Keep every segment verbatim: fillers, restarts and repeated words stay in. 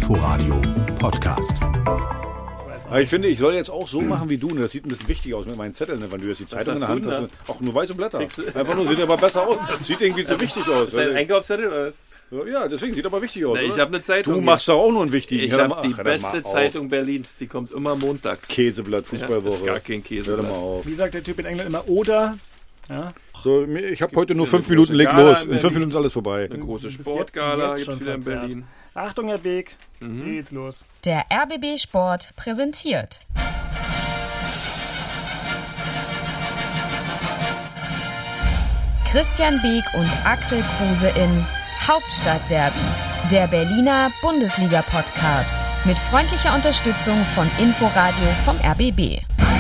Inforadio Podcast. Aber ich finde, ich soll jetzt auch so machen wie du. Das sieht ein bisschen wichtig aus mit meinen Zetteln, wenn du jetzt die Zeitung in der Hand hast. Auch nur weiße Blätter. Einfach nur, sieht aber besser aus. Sieht irgendwie so wichtig aus. Ist das ein Einkaufszettel oder? Ja, deswegen sieht aber wichtig aus. Na, ich habe eine Zeitung. Du machst doch auch nur einen wichtigen. Ich Hör habe die ach, beste Zeitung Berlins. Die kommt immer montags. Käseblatt, Fußballwoche. Ja, gar kein Käseblatt. Hör doch mal auf. Wie sagt der Typ in England immer? Oder? Ja. So, ich habe heute nur hier fünf eine Minuten, große leg Gala los. in In fünf Berlin. Minuten ist alles vorbei. Eine große Bis jetzt- Sportgala jetzt gibt schon es wieder in Konzert. Berlin. Achtung, Herr Beek. Mhm. Geht's los. Der R B B Sport präsentiert. Christian Beek und Axel Kruse in Hauptstadtderby, der Berliner Bundesliga-Podcast. Mit freundlicher Unterstützung von Inforadio vom R B B.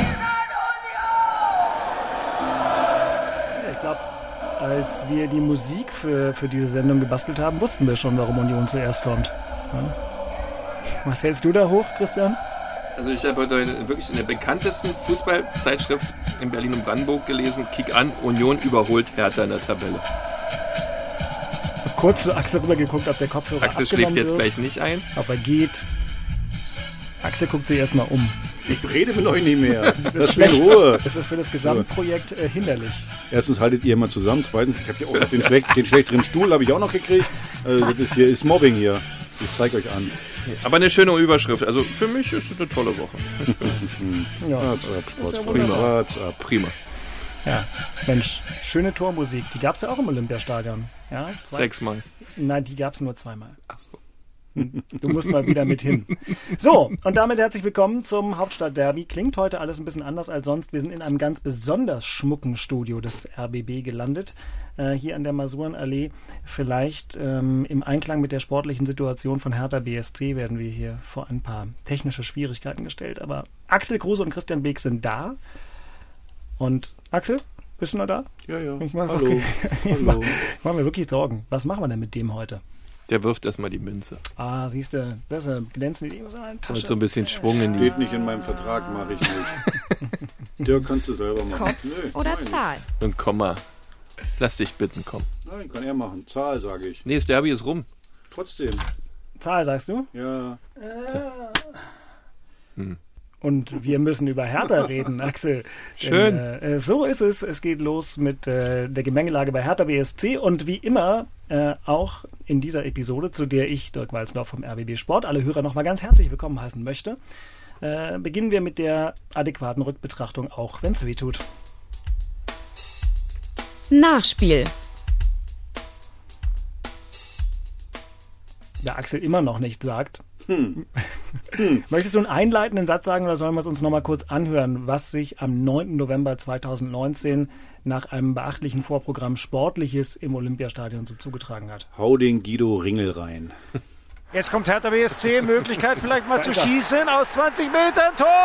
Ich glaube, als wir die Musik für, für diese Sendung gebastelt haben, wussten wir schon, warum Union zuerst kommt. Ja. Was hältst du da hoch, Christian? Also ich habe heute wirklich in der bekanntesten Fußballzeitschrift in Berlin und Brandenburg gelesen, Kick an, Union überholt Hertha in der Tabelle. Kurz zu Axel rübergeguckt, ob der Kopfhörer Axel abgenommen schläft jetzt wird, gleich nicht ein. ob er geht. Axel guckt sich erstmal um. Ich rede mit euch nicht mehr. Das Lass ist mich in schlecht. Ruhe. Das ist für das Gesamtprojekt äh, hinderlich. Erstens haltet ihr mal zusammen. Zweitens, ich habe ja auch noch den, schlecht, den schlechteren Stuhl habe ich auch noch gekriegt. Also das ist hier ist Mobbing hier. Ich zeige euch an. Aber eine schöne Überschrift. Also für mich ist es eine tolle Woche. Ja. WhatsApp, Sports, Prima. WhatsApp. Prima. Ja, Mensch, schöne Tormusik. Die gab es ja auch im Olympiastadion. Ja, zwei, Sechsmal. Nein, die gab es nur zweimal. Ach so. Du musst mal wieder mit hin. So, und damit herzlich willkommen zum Hauptstadtderby. Klingt heute alles ein bisschen anders als sonst. Wir sind in einem ganz besonders schmucken Studio des R B B gelandet, äh, hier an der Masurenallee. Vielleicht ähm, im Einklang mit der sportlichen Situation von Hertha B S C werden wir hier vor ein paar technische Schwierigkeiten gestellt. Aber Axel Kruse und Christian Beek sind da. Und Axel, bist du noch da? Ja, ja. Ich mache Hallo. okay. ich Hallo. mach, ich mach mir wirklich Sorgen. Was machen wir denn mit dem heute? Der wirft erstmal die Münze. Ah, siehst du, das ist eine glänzende Idee. Mit so ein bisschen Schwung in die... Steht nicht in meinem Vertrag, mache ich nicht. Dirk, kannst du selber machen. Kopf Nö, oder nein. Zahl? Und Komma. Lass dich bitten, komm. Nein, kann er machen. Zahl, sage ich. Nee, das Derby ist rum. Trotzdem. Zahl, sagst du? Ja. Hm. Und wir müssen über Hertha reden, Axel. Schön. Denn, äh, so ist es. Es geht los mit äh, der Gemengelage bei Hertha B S C und wie immer äh, auch in dieser Episode, zu der ich, Dirk Walzdorf vom R B B Sport, alle Hörer nochmal ganz herzlich willkommen heißen möchte, äh, beginnen wir mit der adäquaten Rückbetrachtung, auch wenn es weh tut. Nachspiel. Der Axel immer noch nichts sagt. Hm. Möchtest du einen einleitenden Satz sagen oder sollen wir es uns nochmal kurz anhören, was sich am neunten November zweitausendneunzehn nach einem beachtlichen Vorprogramm Sportliches im Olympiastadion so zugetragen hat? Hau den Guido Ringel rein. Jetzt kommt Hertha B S C, Möglichkeit vielleicht mal zu schießen aus zwanzig Metern. Tor!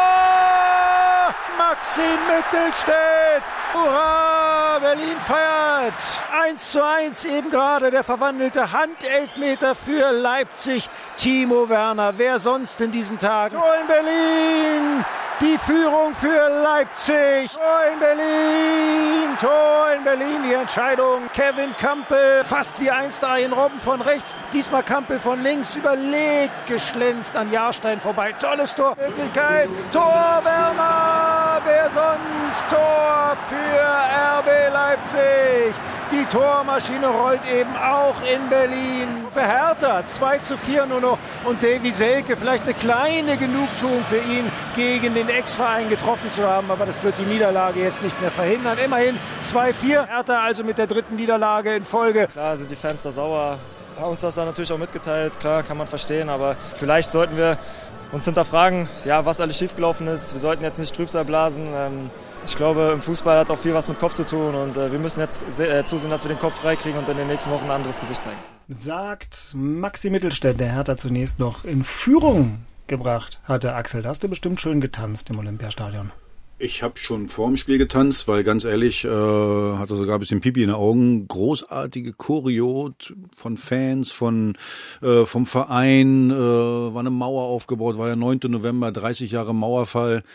Maxim Mittelstädt! Hurra! Berlin feiert! eins zu eins eben gerade der verwandelte Handelfmeter für Leipzig. Timo Werner, wer sonst in diesen Tagen? Tor in Berlin! Die Führung für Leipzig. Tor in Berlin. Tor in Berlin. Die Entscheidung. Kevin Kampel. Fast wie einst Arjen Robben von rechts. Diesmal Kampel von links. Überlegt geschlänzt an Jahrstein vorbei. Tolles Tor. Möglichkeit. Tor Werner. Wer sonst? Tor für R B Leipzig. Die Tormaschine rollt eben auch in Berlin. Für Hertha zwei zu vier nur noch. Und Davy Selke, vielleicht eine kleine Genugtuung für ihn, gegen den Ex-Verein getroffen zu haben. Aber das wird die Niederlage jetzt nicht mehr verhindern. Immerhin zwei vier. Hertha also mit der dritten Niederlage in Folge. Klar sind die Fans da sauer. Haben uns das dann natürlich auch mitgeteilt. Klar, kann man verstehen. Aber vielleicht sollten wir uns hinterfragen, ja, was alles schiefgelaufen ist. Wir sollten jetzt nicht Trübsal blasen. Ähm, Ich glaube, im Fußball hat auch viel was mit Kopf zu tun und äh, wir müssen jetzt äh, zusehen, dass wir den Kopf freikriegen und in den nächsten Wochen ein anderes Gesicht zeigen. Sagt Maxi Mittelstädt, der Hertha zunächst noch in Führung gebracht hatte. Axel, da hast du bestimmt schön getanzt im Olympiastadion. Ich habe schon vorm Spiel getanzt, weil ganz ehrlich, äh, hatte sogar ein bisschen Pipi in den Augen. Großartige Choreo von Fans, von äh, vom Verein, äh, war eine Mauer aufgebaut, war der neunte November, dreißig Jahre Mauerfall.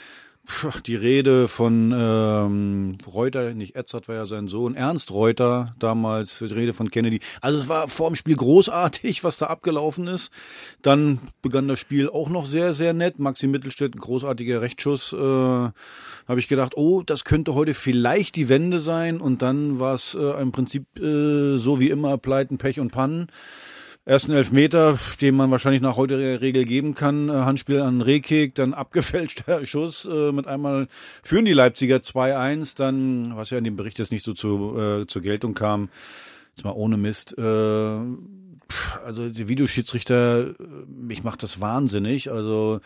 Die Rede von ähm, Reuter, nicht Edzard war ja sein Sohn, Ernst Reuter damals, die Rede von Kennedy. Also es war vor dem Spiel großartig, was da abgelaufen ist. Dann begann das Spiel auch noch sehr, sehr nett. Maxi Mittelstädt, ein großartiger Rechtsschuss. Äh, habe ich gedacht, oh, das könnte heute vielleicht die Wende sein. Und dann war es äh, im Prinzip äh, so wie immer, Pleiten, Pech und Pannen. Ersten Elfmeter, den man wahrscheinlich nach heutiger Regel geben kann, Handspiel an Rekik, dann abgefälschter Schuss, äh, mit einmal führen die Leipziger zwei eins, dann, was ja in dem Bericht jetzt nicht so zu, äh, zur Geltung kam, jetzt mal ohne Mist, äh, also der Videoschiedsrichter, mich macht das wahnsinnig, also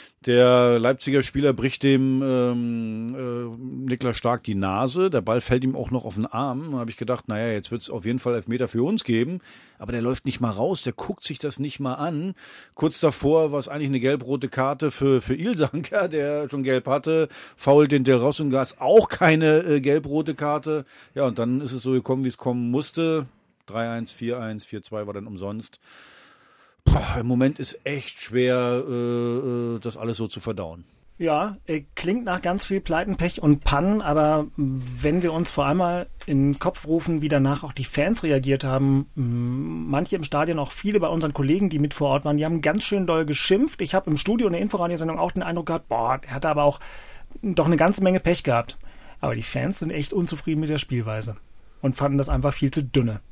der Leipziger Spieler bricht dem ähm, äh, Niklas Stark die Nase. Der Ball fällt ihm auch noch auf den Arm. Da habe ich gedacht, naja, jetzt wird es auf jeden Fall Elfmeter für uns geben. Aber der läuft nicht mal raus, der guckt sich das nicht mal an. Kurz davor war es eigentlich eine gelb-rote Karte für für Ilsanker, der schon gelb hatte. Fault den Del Rossengas, auch keine äh, gelb-rote Karte. Ja, und dann ist es so gekommen, wie es kommen musste. drei eins, vier eins, vier zwei war dann umsonst. Boah, im Moment ist echt schwer, äh, das alles so zu verdauen. Ja, äh, klingt nach ganz viel Pleiten, Pech und Pannen, aber wenn wir uns vor einmal in den Kopf rufen, wie danach auch die Fans reagiert haben, manche im Stadion, auch viele bei unseren Kollegen, die mit vor Ort waren, die haben ganz schön doll geschimpft. Ich habe im Studio in der Inforadiosendung auch den Eindruck gehabt, boah, der hatte aber auch doch eine ganze Menge Pech gehabt. Aber die Fans sind echt unzufrieden mit der Spielweise und fanden das einfach viel zu dünne.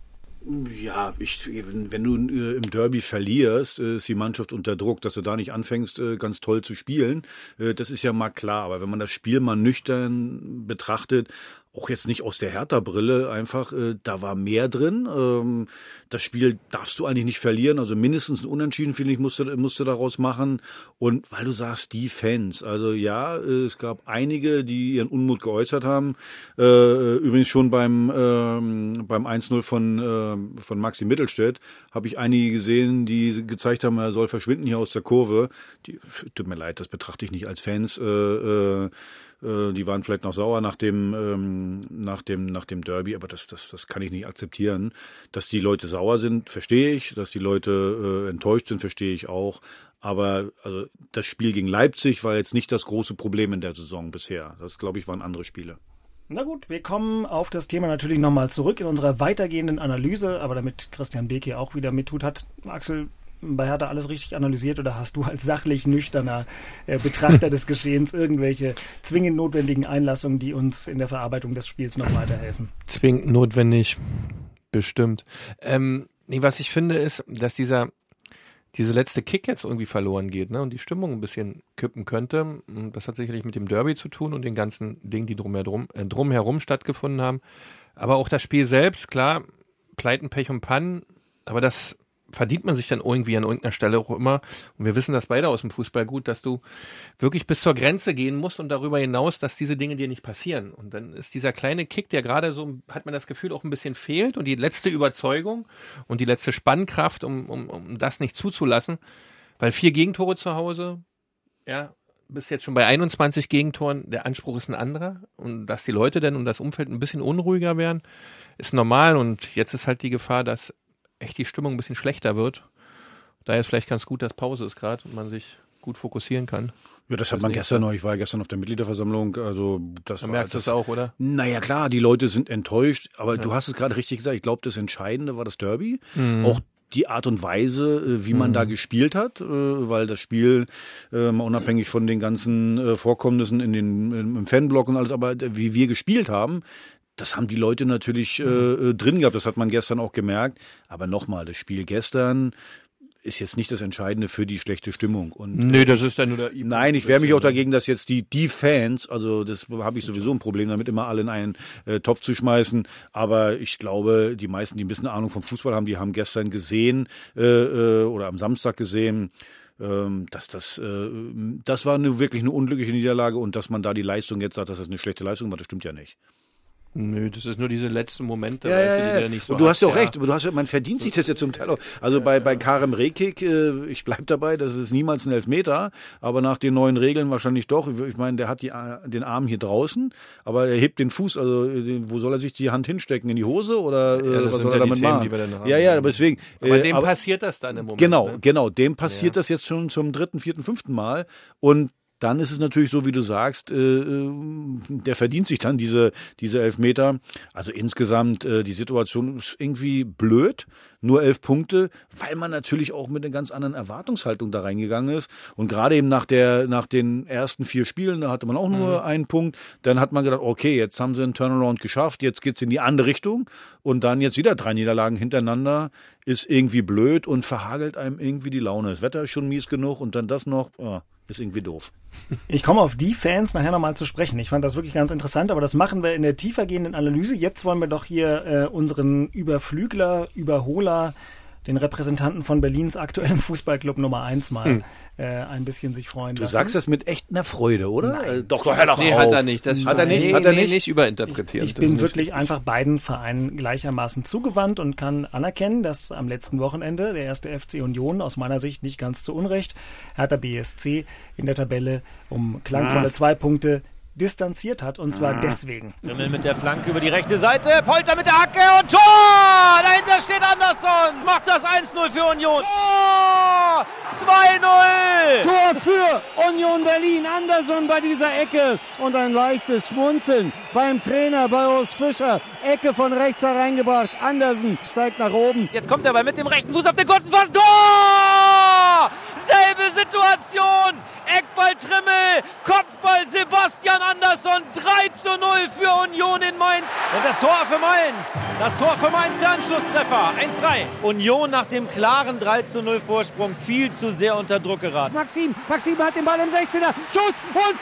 Ja, ich, wenn du äh, im Derby verlierst, äh, ist die Mannschaft unter Druck, dass du da nicht anfängst, äh, ganz toll zu spielen. Äh, das ist ja mal klar. Aber wenn man das Spiel mal nüchtern betrachtet, auch jetzt nicht aus der Hertha-Brille, einfach, äh, da war mehr drin. Ähm, das Spiel darfst du eigentlich nicht verlieren. Also mindestens ein Unentschieden, finde ich, musst du, musst du daraus machen. Und weil du sagst, die Fans, also ja, äh, es gab einige, die ihren Unmut geäußert haben. Äh, übrigens schon beim, ähm, beim eins null von, äh, von Maxi Mittelstädt habe ich einige gesehen, die gezeigt haben, er soll verschwinden hier aus der Kurve. Die, tut mir leid, das betrachte ich nicht als Fans. Äh, äh, Die waren vielleicht noch sauer nach dem, ähm, nach dem, nach dem Derby, aber das, das, das kann ich nicht akzeptieren. Dass die Leute sauer sind, verstehe ich. Dass die Leute äh, enttäuscht sind, verstehe ich auch. Aber also das Spiel gegen Leipzig war jetzt nicht das große Problem in der Saison bisher. Das, glaube ich, waren andere Spiele. Na gut, wir kommen auf das Thema natürlich nochmal zurück in unserer weitergehenden Analyse, aber damit Christian Beek hier auch wieder mittut, hat Axel bei Hertha alles richtig analysiert oder hast du als sachlich nüchterner äh, Betrachter des Geschehens irgendwelche zwingend notwendigen Einlassungen, die uns in der Verarbeitung des Spiels noch weiterhelfen? Zwingend notwendig, bestimmt. Ähm, nee, was ich finde ist, dass dieser diese letzte Kick jetzt irgendwie verloren geht, ne, und die Stimmung ein bisschen kippen könnte. Und das hat sicherlich mit dem Derby zu tun und den ganzen Dingen, die drumherum, äh, drumherum stattgefunden haben. Aber auch das Spiel selbst, klar, Pleiten, Pech und Pannen, aber das verdient man sich dann irgendwie an irgendeiner Stelle auch immer. Und wir wissen das beide aus dem Fußball gut, dass du wirklich bis zur Grenze gehen musst und darüber hinaus, dass diese Dinge dir nicht passieren. Und dann ist dieser kleine Kick, der gerade so, hat man das Gefühl, auch ein bisschen fehlt und die letzte Überzeugung und die letzte Spannkraft, um, um, um das nicht zuzulassen. Weil vier Gegentore zu Hause, ja, bis jetzt schon bei einundzwanzig Gegentoren, der Anspruch ist ein anderer. Und dass die Leute dann und das Umfeld ein bisschen unruhiger werden, ist normal. Und jetzt ist halt die Gefahr, dass echt die Stimmung ein bisschen schlechter wird. Daher ist vielleicht ganz gut, dass Pause ist gerade und man sich gut fokussieren kann. Ja, das hat man gestern noch. Ich war gestern auf der Mitgliederversammlung. Also das Man war, merkt das auch, oder? Naja, klar, die Leute sind enttäuscht. Aber Ja. du hast es gerade richtig gesagt. Ich glaube, das Entscheidende war das Derby. Mhm. Auch die Art und Weise, wie man Mhm. da gespielt hat, weil das Spiel, äh, mal unabhängig von den ganzen äh, Vorkommnissen in den, im Fanblock und alles, aber wie wir gespielt haben, das haben die Leute natürlich äh, drin gehabt. Das hat man gestern auch gemerkt. Aber nochmal, das Spiel gestern ist jetzt nicht das Entscheidende für die schlechte Stimmung. Und Nö, das ist dann nur der nein, ich wehre mich auch dagegen, dass jetzt die die Fans, also das habe ich sowieso ein Problem damit, immer alle in einen äh, Topf zu schmeißen. Aber ich glaube, die meisten, die ein bisschen Ahnung vom Fußball haben, die haben gestern gesehen äh, äh, oder am Samstag gesehen, ähm, dass das äh, das war eine, wirklich eine unglückliche Niederlage und dass man da die Leistung jetzt sagt, dass das eine schlechte Leistung war, das stimmt ja nicht. Nö, das ist nur diese letzten Momente, Ja, weißt ja, du, die ja. du nicht so und du hast ja auch ja. recht, du hast ja, man verdient sich das ja zum Teil auch. Also bei, bei Karim Rekik, äh, ich bleib dabei, das ist niemals ein Elfmeter, aber nach den neuen Regeln wahrscheinlich doch. Ich meine, der hat die, den Arm hier draußen, aber er hebt den Fuß, also den, wo soll er sich die Hand hinstecken? In die Hose oder äh, Ja, das was sind soll ja er die damit Themen, machen? die wir dann haben. Ja, ja, aber deswegen. Aber äh, dem aber, passiert das dann im Moment. Genau, ne? genau, dem passiert Ja. das jetzt schon zum dritten, vierten, fünften Mal und dann ist es natürlich so, wie du sagst, äh, der verdient sich dann diese, diese Elfmeter. Also insgesamt, äh, die Situation ist irgendwie blöd. Nur elf Punkte, weil man natürlich auch mit einer ganz anderen Erwartungshaltung da reingegangen ist. Und gerade eben nach der, nach den ersten vier Spielen, da hatte man auch nur mhm. einen Punkt. Dann hat man gedacht, okay, jetzt haben sie einen Turnaround geschafft, jetzt geht's in die andere Richtung. Und dann jetzt wieder drei Niederlagen hintereinander, ist irgendwie blöd und verhagelt einem irgendwie die Laune. Das Wetter ist schon mies genug und dann das noch, oh, ist irgendwie doof. Ich komme auf die Fans nachher nochmal zu sprechen. Ich fand das wirklich ganz interessant, aber das machen wir in der tiefergehenden Analyse. Jetzt wollen wir doch hier äh, unseren Überflügler, Überholer, den Repräsentanten von Berlins aktuellem Fußballclub Nummer eins mal hm. äh, ein bisschen sich freuen du lassen. Du sagst das mit echt einer Freude, oder? Nein. Äh, doch, doch, hör doch nee, auf. hat er nicht. Das hat er nicht? Nee, hat er nee, nicht? nicht überinterpretieren. Ich, ich bin wirklich einfach beiden Vereinen gleichermaßen zugewandt und kann anerkennen, dass am letzten Wochenende der erste F C Union aus meiner Sicht nicht ganz zu Unrecht Hertha B S C in der Tabelle um klangvolle ah. zwei Punkte distanziert hat, und zwar ah. deswegen. Rimmel mit der Flanke über die rechte Seite, Polter mit der Hacke und Tor! Dahinter steht Andersson, macht das eins null für Union. Tor! zwei null! Tor für Union Berlin, Andersson bei dieser Ecke und ein leichtes Schmunzeln beim Trainer, bei Urs Fischer. Ecke von rechts hereingebracht, Andersen steigt nach oben. Jetzt kommt er aber mit dem rechten Fuß auf den kurzen Pfosten. Tor! Selbe Situation! Eckball Trimmel, Kopfball Sebastian Andersson, drei zu null für Union in Mainz. Und das Tor für Mainz, das Tor für Mainz, der Anschlusstreffer, eins drei. Union nach dem klaren drei zu null Vorsprung viel zu sehr unter Druck geraten. Maxim, Maxim hat den Ball im sechzehner, Schuss und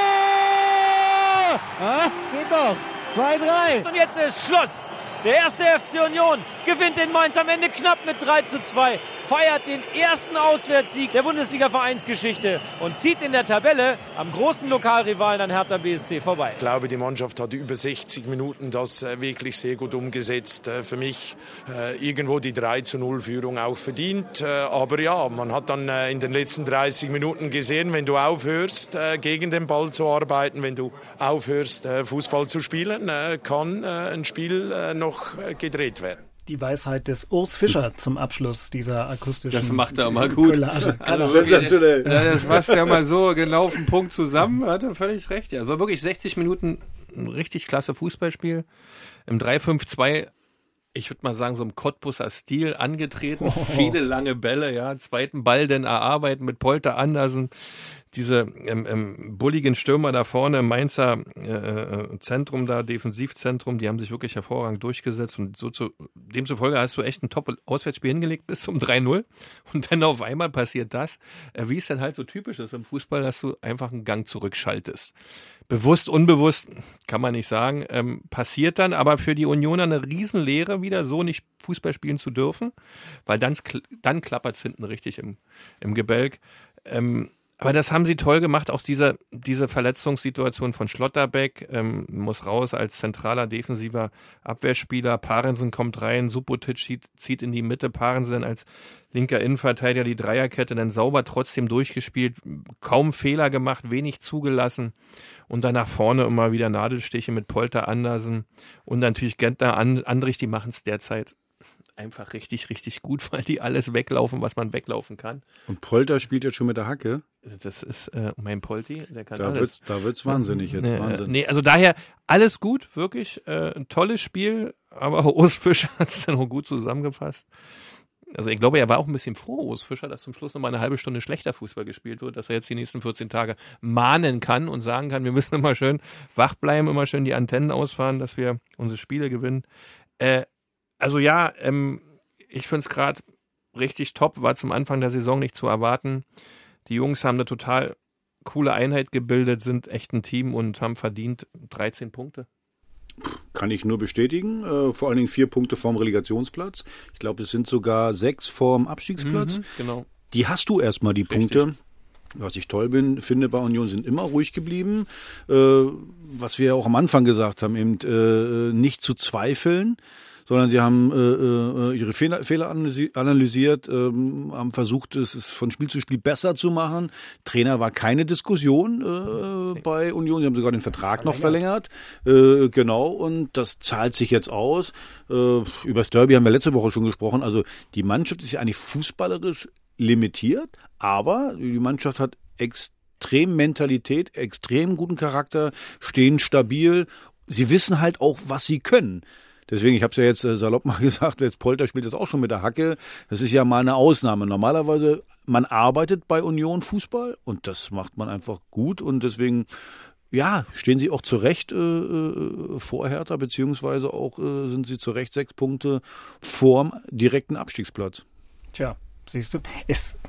Tor! Ah, geht doch, zwei drei. Und jetzt ist Schluss. Der erste F C Union gewinnt in Mainz am Ende knapp mit drei zu zwei, feiert den ersten Auswärtssieg der Bundesliga-Vereinsgeschichte und zieht in der Tabelle am großen Lokalrivalen an Hertha B S C vorbei. Ich glaube, die Mannschaft hat über sechzig Minuten das äh, wirklich sehr gut umgesetzt. Äh, für mich äh, irgendwo die drei zu null Führung auch verdient. Äh, aber ja, man hat dann äh, in den letzten dreißig Minuten gesehen, wenn du aufhörst, äh, gegen den Ball zu arbeiten, wenn du aufhörst, äh, Fußball zu spielen, äh, kann äh, ein Spiel äh, noch äh, gedreht werden. Die Weisheit des Urs Fischer zum Abschluss dieser akustischen Das macht er immer gut. Collage. Also wirklich, äh, das fasst ja mal so genau auf den Punkt zusammen. Hat er völlig recht. Ja. Also wirklich sechzig Minuten ein richtig klasse Fußballspiel. Im drei fünf zwei, ich würde mal sagen, so im Cottbusser Stil angetreten. Oh. Viele lange Bälle, ja. Zweiten Ball dann erarbeiten mit Polter Andersen. Diese ähm, ähm, bulligen Stürmer da vorne im Mainzer äh, Zentrum da, Defensivzentrum, die haben sich wirklich hervorragend durchgesetzt und so zu, demzufolge hast du echt ein Top-Auswärtsspiel hingelegt bis zum drei null und dann auf einmal passiert das, äh, wie es dann halt so typisch ist im Fußball, dass du einfach einen Gang zurückschaltest. Bewusst, unbewusst, kann man nicht sagen, ähm, passiert dann, aber für die Unioner eine Riesenlehre wieder, so nicht Fußball spielen zu dürfen, weil dann, dann klappert es hinten richtig im, im Gebälk. Ähm, Aber das haben sie toll gemacht, auch diese, diese Verletzungssituation von Schlotterbeck, ähm, muss raus als zentraler defensiver Abwehrspieler, Parensen kommt rein, Subotic zieht, zieht in die Mitte, Parensen als linker Innenverteidiger die Dreierkette, dann sauber trotzdem durchgespielt, kaum Fehler gemacht, wenig zugelassen und dann nach vorne immer wieder Nadelstiche mit Polter Andersen und natürlich Gentner, Andrich, die machen es derzeit einfach richtig, richtig gut, weil die alles weglaufen, was man weglaufen kann. Und Polter spielt jetzt schon mit der Hacke? Das ist äh, mein Polti, der kann da alles. Wird's, da wird's wahnsinnig jetzt, nee, Wahnsinn. Nee, also daher alles gut, wirklich äh, ein tolles Spiel, aber Urs Fischer hat es dann auch gut zusammengefasst. Also ich glaube, er war auch ein bisschen froh, Urs Fischer, dass zum Schluss noch mal eine halbe Stunde schlechter Fußball gespielt wird, dass er jetzt die nächsten vierzehn Tage mahnen kann und sagen kann, wir müssen immer schön wach bleiben, immer schön die Antennen ausfahren, dass wir unsere Spiele gewinnen. Äh, Also ja, ähm, ich finde es gerade richtig top, war zum Anfang der Saison nicht zu erwarten. Die Jungs haben eine total coole Einheit gebildet, sind echt ein Team und haben verdient dreizehn Punkte. Kann ich nur bestätigen, äh, vor allen Dingen vier Punkte vorm Relegationsplatz. Ich glaube, es sind sogar sechs vorm Abstiegsplatz. Mhm, genau. Die hast du erstmal, die Richtig. Punkte. Was ich toll bin, finde, bei Union sind immer ruhig geblieben. Äh, was wir auch am Anfang gesagt haben, eben äh, nicht zu zweifeln, sondern sie haben äh, ihre Fehler, Fehler analysiert, ähm, haben versucht, es von Spiel zu Spiel besser zu machen. Trainer war keine Diskussion äh, bei Union, sie haben sogar den Vertrag noch verlängert. Äh, genau, und das zahlt sich jetzt aus. Äh, über das Derby haben wir letzte Woche schon gesprochen. Also die Mannschaft ist ja eigentlich fußballerisch limitiert, aber die Mannschaft hat extrem extrem Mentalität, extrem guten Charakter, stehen stabil. Sie wissen halt auch, was sie können. Deswegen, ich habe es ja jetzt äh, salopp mal gesagt, jetzt Polter spielt das auch schon mit der Hacke. Das ist ja mal eine Ausnahme. Normalerweise, man arbeitet bei Union Fußball und das macht man einfach gut und deswegen, ja, stehen sie auch zu Recht äh, vor Hertha, beziehungsweise auch äh, sind sie zu Recht sechs Punkte vorm direkten Abstiegsplatz. Tja, siehst du, es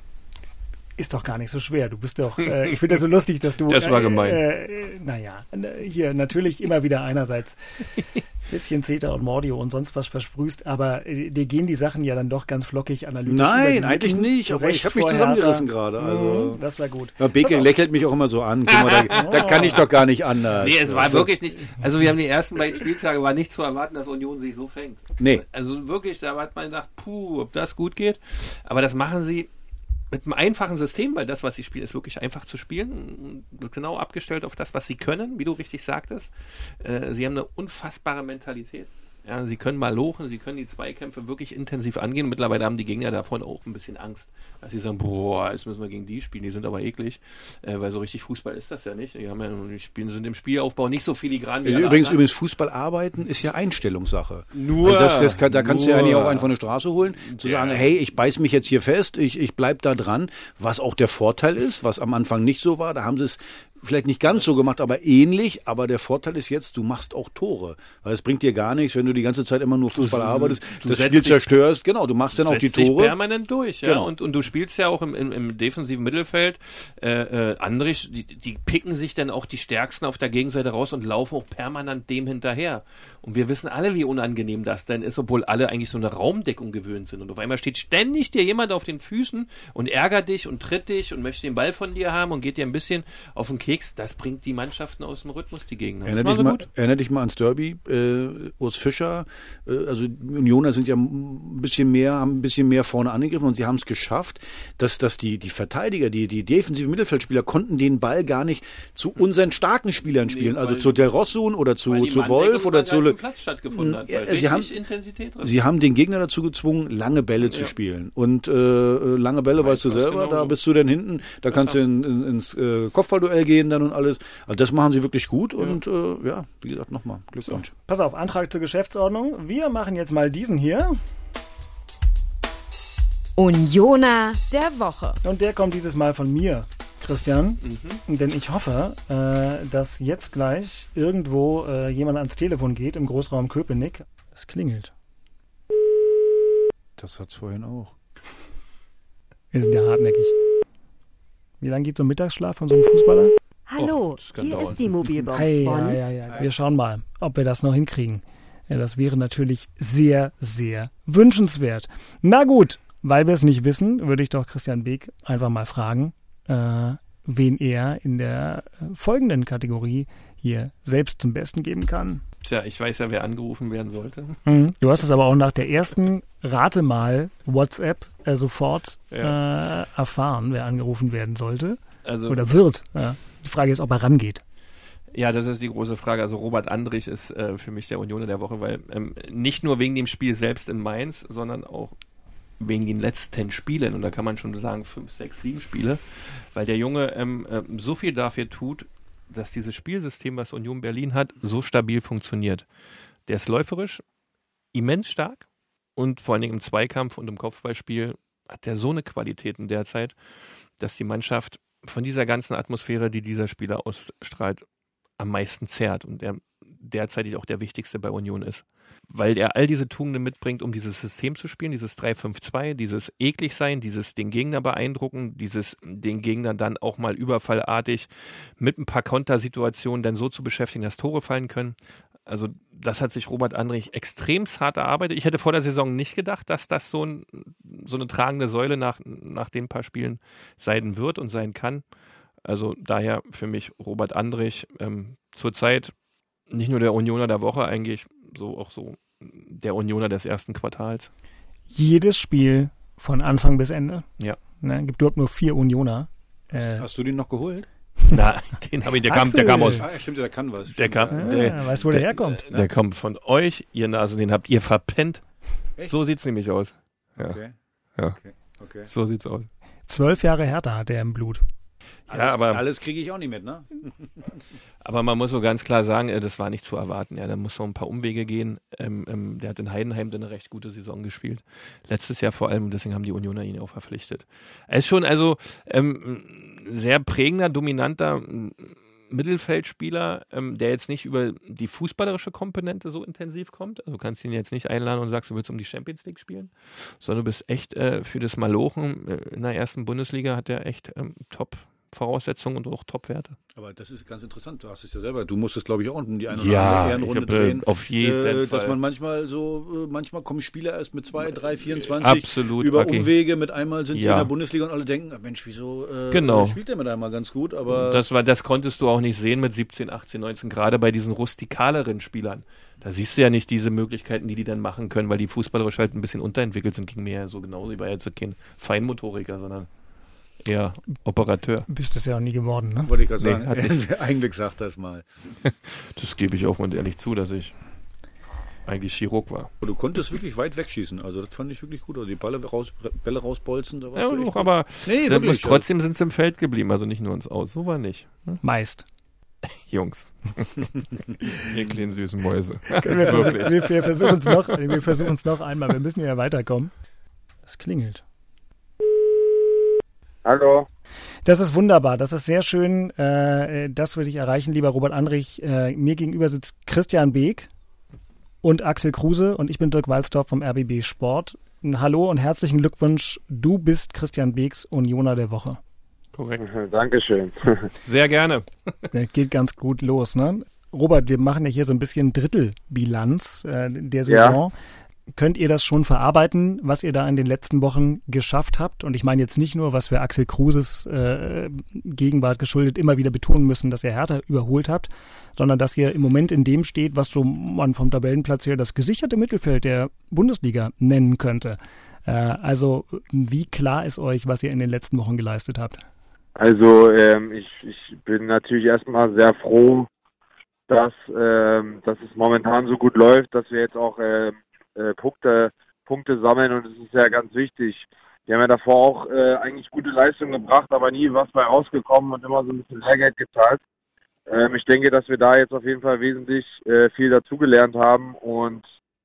ist doch gar nicht so schwer. Du bist doch, äh, ich finde das so lustig, dass du... Das war gemein. Äh, äh, naja, hier natürlich immer wieder einerseits bisschen Zeta und Mordio und sonst was versprühst, aber äh, dir gehen die Sachen ja dann doch ganz flockig analytisch. Nein, eigentlich nicht, aber ich habe mich zusammengerissen gerade. Also. Mm, das war gut. Ja, Beke lächelt mich auch immer so an. Guck mal, da, da kann ich doch gar nicht anders. Nee, es war also, wirklich nicht, also wir haben die ersten beiden Spieltage, war nicht zu erwarten, dass Union sich so fängt. Nee. Also wirklich, da hat man gedacht, puh, ob das gut geht, aber das machen sie mit einem einfachen System, weil das, was sie spielen, ist wirklich einfach zu spielen. Genau abgestellt auf das, was sie können, wie du richtig sagtest. Äh, sie haben eine unfassbare Mentalität. Ja, sie können mal lochen, sie können die Zweikämpfe wirklich intensiv angehen. Mittlerweile haben die Gegner davon auch ein bisschen Angst. Dass sie sagen, boah, jetzt müssen wir gegen die spielen, die sind aber eklig. Äh, weil so richtig Fußball ist das ja nicht. Die, haben ja, die spielen, sind im Spielaufbau nicht so filigran wie alle Übrigens, anderen. übrigens, Fußball arbeiten ist ja Einstellungssache. Nur. Also das, das kann, da kannst nur. du ja nicht auch einen von der Straße holen, zu Ja. sagen, hey, ich beiß mich jetzt hier fest, ich, ich bleib da dran. Was auch der Vorteil ist, was am Anfang nicht so war, da haben sie es vielleicht nicht ganz so gemacht, aber ähnlich. Aber der Vorteil ist jetzt, du machst auch Tore. Weil es bringt dir gar nichts, wenn du die ganze Zeit immer nur Fußball du, arbeitest, du das Spiel zerstörst. Genau, du machst dann auch die Tore. Dich permanent durch, ja. Genau. Und, und du spielst ja auch im, im, im defensiven Mittelfeld. Äh, äh, Andrich, die, die picken sich dann auch die Stärksten auf der Gegenseite raus und laufen auch permanent dem hinterher. Und wir wissen alle, wie unangenehm das denn ist, obwohl alle eigentlich so eine Raumdeckung gewöhnt sind. Und auf einmal steht ständig dir jemand auf den Füßen und ärgert dich und tritt dich und möchte den Ball von dir haben und geht dir ein bisschen auf den Keks. Das bringt die Mannschaften aus dem Rhythmus, die Gegner. Erinner dich, mal, erinner dich mal ans Derby, äh, Urs Fischer, äh, also Unioner sind ja ein bisschen mehr, haben ein bisschen mehr vorne angegriffen und sie haben es geschafft, dass, dass die, die Verteidiger, die, die defensiven Mittelfeldspieler konnten den Ball gar nicht zu unseren starken Spielern spielen, nee, also zu Del Rossun oder zu, zu Wolf oder zu... Platz stattgefunden hat, ja, sie, haben, Intensität drin. sie haben den Gegner dazu gezwungen, lange Bälle ja. zu spielen. Und äh, lange Bälle, weißt du selber, genau da so. Bist du dann hinten, da das kannst du in, in, ins äh, Kopfballduell gehen dann und alles. Also das machen sie wirklich gut ja. und äh, ja, wie gesagt, nochmal Glückwunsch. So, pass auf, Antrag zur Geschäftsordnung. Wir machen jetzt mal diesen hier. Unioner der Woche. Und der kommt dieses Mal von mir, Christian, mhm. denn ich hoffe, äh, dass jetzt gleich irgendwo äh, jemand ans Telefon geht im Großraum Köpenick. Es klingelt. Das hat's vorhin auch. Wir sind ja hartnäckig. Wie lange geht so ein Mittagsschlaf von so einem Fußballer? Hallo, oh, hier ist die Mobilbox hey, von... Ja, ja, ja. Wir schauen mal, ob wir das noch hinkriegen. Ja, das wäre natürlich sehr, sehr wünschenswert. Na gut, weil wir es nicht wissen, würde ich doch Christian Beek einfach mal fragen, äh, wen er in der folgenden Kategorie hier selbst zum Besten geben kann. Tja, ich weiß ja, wer angerufen werden sollte. Mhm. Du hast es aber auch nach der ersten Rate mal WhatsApp äh, sofort ja. äh, erfahren, wer angerufen werden sollte. Also, oder wird. Ja. Die Frage ist, ob er rangeht. Ja, das ist die große Frage. Also Robert Andrich ist äh, für mich der Unioner der Woche, weil ähm, nicht nur wegen dem Spiel selbst in Mainz, sondern auch wegen den letzten Spielen, und da kann man schon sagen fünf, sechs, sieben Spiele, weil der Junge ähm, äh, so viel dafür tut, dass dieses Spielsystem, was Union Berlin hat, so stabil funktioniert. Der ist läuferisch, immens stark und vor allen Dingen im Zweikampf und im Kopfballspiel hat der so eine Qualitäten derzeit, dass die Mannschaft von dieser ganzen Atmosphäre, die dieser Spieler ausstrahlt, am meisten zerrt und der derzeitig auch der wichtigste bei Union ist. Weil er all diese Tugenden mitbringt, um dieses System zu spielen, dieses drei fünf zwei, dieses eklig sein, dieses den Gegner beeindrucken, dieses den Gegner dann auch mal überfallartig mit ein paar Kontersituationen dann so zu beschäftigen, dass Tore fallen können. Also das hat sich Robert Andrich extrem hart erarbeitet. Ich hätte vor der Saison nicht gedacht, dass das so, ein, so eine tragende Säule nach, nach den paar Spielen sein wird und sein kann. Also daher für mich Robert Andrich ähm, zurzeit nicht nur der Unioner der Woche, eigentlich so auch so der Unioner des ersten Quartals. Jedes Spiel von Anfang bis Ende. Ja. Ne, gibt dort nur vier Unioner. Äh, Hast du den noch geholt? Na, den habe ich, der kam, der kam aus. Ah, stimmt, der kann was. Der kam, ah, der, weißt du, wo der, der herkommt? Der, der kommt von euch, ihr Nase, den habt ihr verpennt. Echt? So sieht's nämlich aus. Ja. Okay. Ja. Okay. Okay. So sieht's aus. Zwölf Jahre Hertha hat er im Blut. Alles, ja, aber alles kriege ich auch nicht mit, ne? Aber man muss so ganz klar sagen, äh, das war nicht zu erwarten. Ja, da muss noch ein paar Umwege gehen. Ähm, ähm, der hat in Heidenheim dann eine recht gute Saison gespielt. Letztes Jahr vor allem, deswegen haben die Unioner ihn auch verpflichtet. Er ist schon also ähm, sehr prägender, dominanter Mittelfeldspieler, ähm, der jetzt nicht über die fußballerische Komponente so intensiv kommt. Also du kannst ihn jetzt nicht einladen und sagst, du willst um die Champions League spielen, sondern du bist echt äh, für das Malochen äh, in der ersten Bundesliga hat er echt ähm, top Voraussetzungen und auch Top-Werte. Aber das ist ganz interessant. Du hast es ja selber. Du musstest, glaube ich, auch in die eine oder ja, andere Ehrenrunde hab, drehen. Auf jeden äh, Fall. Dass man manchmal so, äh, manchmal kommen Spieler erst mit zwei, drei, vierundzwanzig Absolut, über okay. Umwege. Mit einmal sind ja. die in der Bundesliga und alle denken, Mensch, wieso äh, genau. spielt der mit einmal ganz gut? Aber das, war, das konntest du auch nicht sehen mit siebzehn, achtzehn, neunzehn, gerade bei diesen rustikaleren Spielern. Da siehst du ja nicht diese Möglichkeiten, die die dann machen können, weil die fußballerisch halt ein bisschen unterentwickelt sind. Ging mir ja so genauso. Ich war jetzt kein Feinmotoriker, sondern eher Operateur. Bist es ja auch nie geworden, ne? Wollte ich gerade sagen. Nee, hat nicht. Eigentlich sagt das mal. Das gebe ich offen und ehrlich zu, dass ich eigentlich Chirurg war. Und du konntest wirklich weit wegschießen. Also das fand ich wirklich gut. Also die Bälle, raus, Bälle rausbolzen. Da Ja, doch, aber nee, wirklich, trotzdem sind sie im Feld geblieben, also nicht nur ins Aus. So war nicht. Hm? Meist. Jungs. Ihr kleinen süßen Mäuse. wir, versuch, wir, wir versuchen es noch, wir versuchen es noch einmal. Wir müssen ja weiterkommen. Es klingelt. Hallo. Das ist wunderbar, das ist sehr schön. Äh, das würde ich erreichen, lieber Robert Andrich. Äh, mir gegenüber sitzt Christian Beek und Axel Kruse und ich bin Dirk Walzdorf vom R B B Sport. Hallo und herzlichen Glückwunsch. Du bist Christian Beeks Unioner der Woche. Korrekt. Dankeschön. Sehr gerne. Geht ganz gut los, ne? Robert, wir machen ja hier so ein bisschen Drittelbilanz äh, der Saison. Ja. Könnt ihr das schon verarbeiten, was ihr da in den letzten Wochen geschafft habt? Und ich meine jetzt nicht nur, was wir Axel Kruses äh, Gegenwart geschuldet immer wieder betonen müssen, dass ihr Hertha überholt habt, sondern dass ihr im Moment in dem steht, was so man vom Tabellenplatz her das gesicherte Mittelfeld der Bundesliga nennen könnte. Äh, also wie klar ist euch, was ihr in den letzten Wochen geleistet habt? Also ähm, ich, ich bin natürlich erstmal sehr froh, dass, ähm, dass es momentan so gut läuft, dass wir jetzt auch ähm, Äh, Punkte, Punkte sammeln und das ist ja ganz wichtig. Wir haben ja davor auch äh, eigentlich gute Leistungen gebracht, aber nie was bei rausgekommen und immer so ein bisschen Lehrgeld gezahlt. Ähm, ich denke, dass wir da jetzt auf jeden Fall wesentlich äh, viel dazugelernt haben und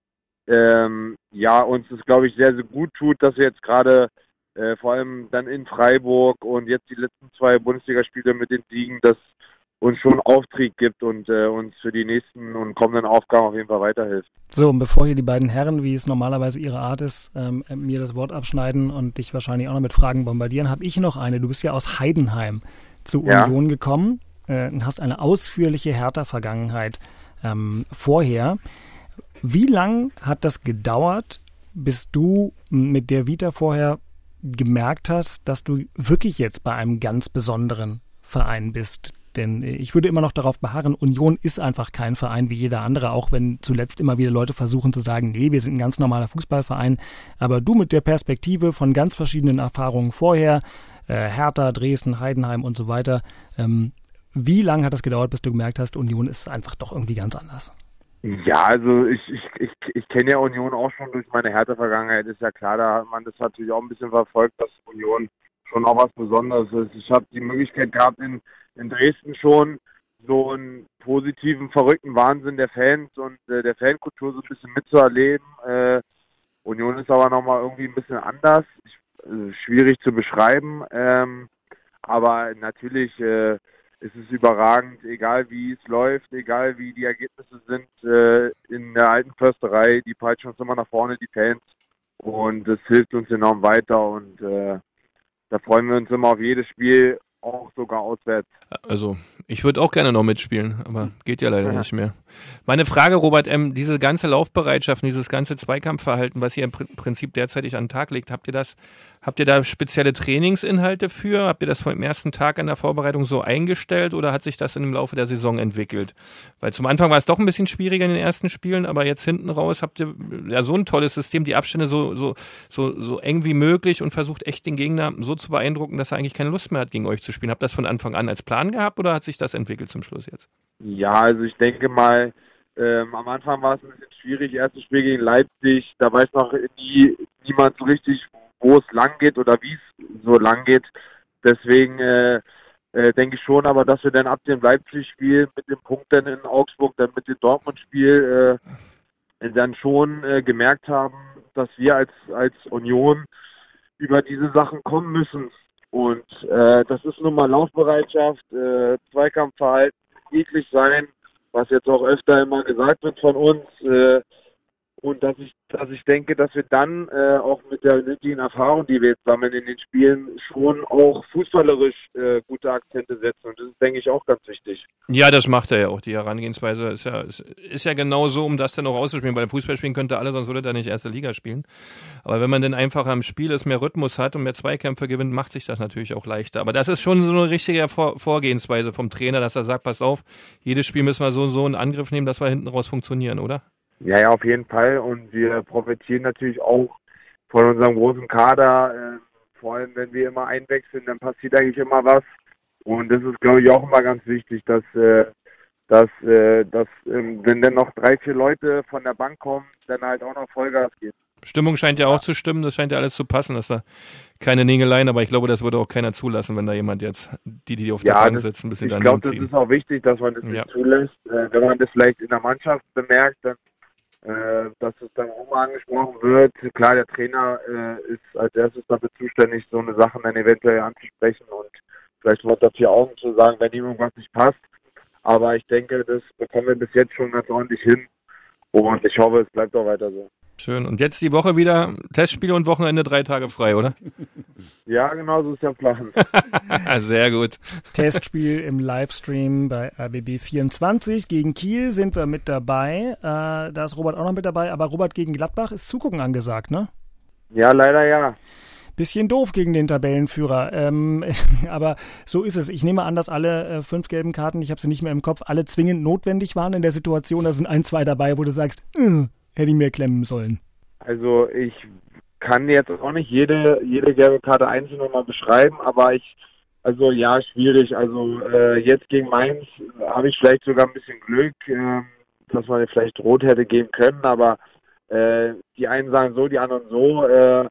ähm, ja, uns das, glaube ich, sehr, sehr gut tut, dass wir jetzt gerade äh, vor allem dann in Freiburg und jetzt die letzten zwei Bundesligaspiele mit den Siegen, das uns schon Auftrieb gibt und äh, uns für die nächsten und kommenden Aufgaben auf jeden Fall weiterhilft. So, und bevor hier die beiden Herren, wie es normalerweise ihre Art ist, ähm, mir das Wort abschneiden und dich wahrscheinlich auch noch mit Fragen bombardieren, habe ich noch eine. Du bist ja aus Heidenheim zu ja. Union gekommen äh, und hast eine ausführliche Hertha-Vergangenheit ähm, vorher. Wie lang hat das gedauert, bis du mit der Vita vorher gemerkt hast, dass du wirklich jetzt bei einem ganz besonderen Verein bist? Denn ich würde immer noch darauf beharren, Union ist einfach kein Verein wie jeder andere, auch wenn zuletzt immer wieder Leute versuchen zu sagen, nee, wir sind ein ganz normaler Fußballverein. Aber du mit der Perspektive von ganz verschiedenen Erfahrungen vorher, äh, Hertha, Dresden, Heidenheim und so weiter, ähm, wie lange hat das gedauert, bis du gemerkt hast, Union ist einfach doch irgendwie ganz anders? Ja, also ich, ich, ich, ich kenne ja Union auch schon durch meine Hertha-Vergangenheit, ist ja klar, da hat man das natürlich auch ein bisschen verfolgt, dass Union schon auch was Besonderes ist. Ich habe die Möglichkeit gehabt, in in Dresden schon so einen positiven, verrückten Wahnsinn der Fans und äh, der Fankultur so ein bisschen mitzuerleben. Äh, Union ist aber nochmal irgendwie ein bisschen anders, ich, äh, schwierig zu beschreiben, ähm, aber natürlich äh, ist es überragend, egal wie es läuft, egal wie die Ergebnisse sind, äh, in der alten Försterei, die peitschen uns immer nach vorne, die Fans, und das hilft uns enorm weiter und äh, da freuen wir uns immer auf jedes Spiel, auch sogar auswärts. Also, ich würde auch gerne noch mitspielen, aber geht ja leider ja. nicht mehr. Meine Frage, Robert, ähm, diese ganze Laufbereitschaft, dieses ganze Zweikampfverhalten, was ihr im Prinzip derzeitig an den Tag legt, habt ihr das, habt ihr da spezielle Trainingsinhalte für? Habt ihr das vom ersten Tag an der Vorbereitung so eingestellt oder hat sich das im Laufe der Saison entwickelt? Weil zum Anfang war es doch ein bisschen schwieriger in den ersten Spielen, aber jetzt hinten raus habt ihr ja so ein tolles System, die Abstände so, so, so, so eng wie möglich und versucht echt den Gegner so zu beeindrucken, dass er eigentlich keine Lust mehr hat, gegen euch zu spielen. Habt ihr das von Anfang an als Plan gehabt oder hat sich das entwickelt zum Schluss jetzt? Ja, also ich denke mal, ähm, am Anfang war es ein bisschen schwierig, erstes Spiel gegen Leipzig, da weiß noch nie, niemand so richtig, wo es lang geht oder wie es so lang geht. Deswegen äh, äh, denke ich schon, aber dass wir dann ab dem Leipzig-Spiel mit dem Punkt dann in Augsburg, dann mit dem Dortmund-Spiel äh, dann schon äh, gemerkt haben, dass wir als, als Union über diese Sachen kommen müssen. Und äh, das ist nun mal Laufbereitschaft, äh, Zweikampfverhalten, eklig sein, was jetzt auch öfter immer gesagt wird von uns. Äh, und dass ich, dass ich denke, dass wir dann äh, auch mit der nötigen Erfahrung, die wir jetzt sammeln in den Spielen, schon auch fußballerisch äh, gute Akzente setzen. Und das ist, denke ich, auch ganz wichtig. Ja, das macht er ja auch. Die Herangehensweise ist ja, ist, ist ja genau so, um das dann auch auszuspielen. Weil Fußball spielen könnte alle, sonst würde er nicht erste Liga spielen. Aber wenn man dann einfach am Spiel ist, mehr Rhythmus hat und mehr Zweikämpfe gewinnt, macht sich das natürlich auch leichter. Aber das ist schon so eine richtige Vor- Vorgehensweise vom Trainer, dass er sagt, pass auf, jedes Spiel müssen wir so so einen Angriff nehmen, dass wir hinten raus funktionieren, oder? Ja, ja, auf jeden Fall. Und wir profitieren natürlich auch von unserem großen Kader. Äh, vor allem, wenn wir immer einwechseln, dann passiert eigentlich immer was. Und das ist, glaube ich, auch immer ganz wichtig, dass, äh, dass, äh, dass äh, wenn dann noch drei, vier Leute von der Bank kommen, dann halt auch noch Vollgas geht. Stimmung scheint ja auch zu stimmen, das scheint ja alles zu passen, dass da keine Nägeleien, aber ich glaube, das würde auch keiner zulassen, wenn da jemand jetzt, die, die auf der ja, Bank das, sitzen, ein bisschen ich daneben glaube, ziehen. das ist auch wichtig, dass man das ja. nicht zulässt. Äh, wenn man das vielleicht in der Mannschaft bemerkt, dann Äh, dass es dann auch mal angesprochen wird. Klar, der Trainer äh, ist als erstes dafür zuständig, so eine Sache dann eventuell anzusprechen und vielleicht mal unter vier Augen zu sagen, wenn ihm irgendwas nicht passt. Aber ich denke, das bekommen wir bis jetzt schon ganz ordentlich hin und ich hoffe, es bleibt auch weiter so. Schön. Und jetzt die Woche wieder Testspiele und Wochenende drei Tage frei, oder? Ja, genau so ist der Plan. Sehr gut. Testspiel im Livestream bei R B B vierundzwanzig. Gegen Kiel sind wir mit dabei. Äh, da ist Robert auch noch mit dabei. Aber Robert gegen Gladbach ist Zugucken angesagt, ne? Ja, leider ja. Bisschen doof gegen den Tabellenführer. Ähm, aber so ist es. Ich nehme an, dass alle äh, fünf gelben Karten, ich habe sie nicht mehr im Kopf, alle zwingend notwendig waren in der Situation. Da sind ein, zwei dabei, wo du sagst, äh, hätte ich mehr klemmen sollen. Also ich kann jetzt auch nicht jede jede gelbe Karte einzeln nochmal beschreiben, aber ich, also ja, schwierig. Also äh, jetzt gegen Mainz habe ich vielleicht sogar ein bisschen Glück, äh, dass man vielleicht rot hätte geben können, aber äh, die einen sagen so, die anderen so. Äh,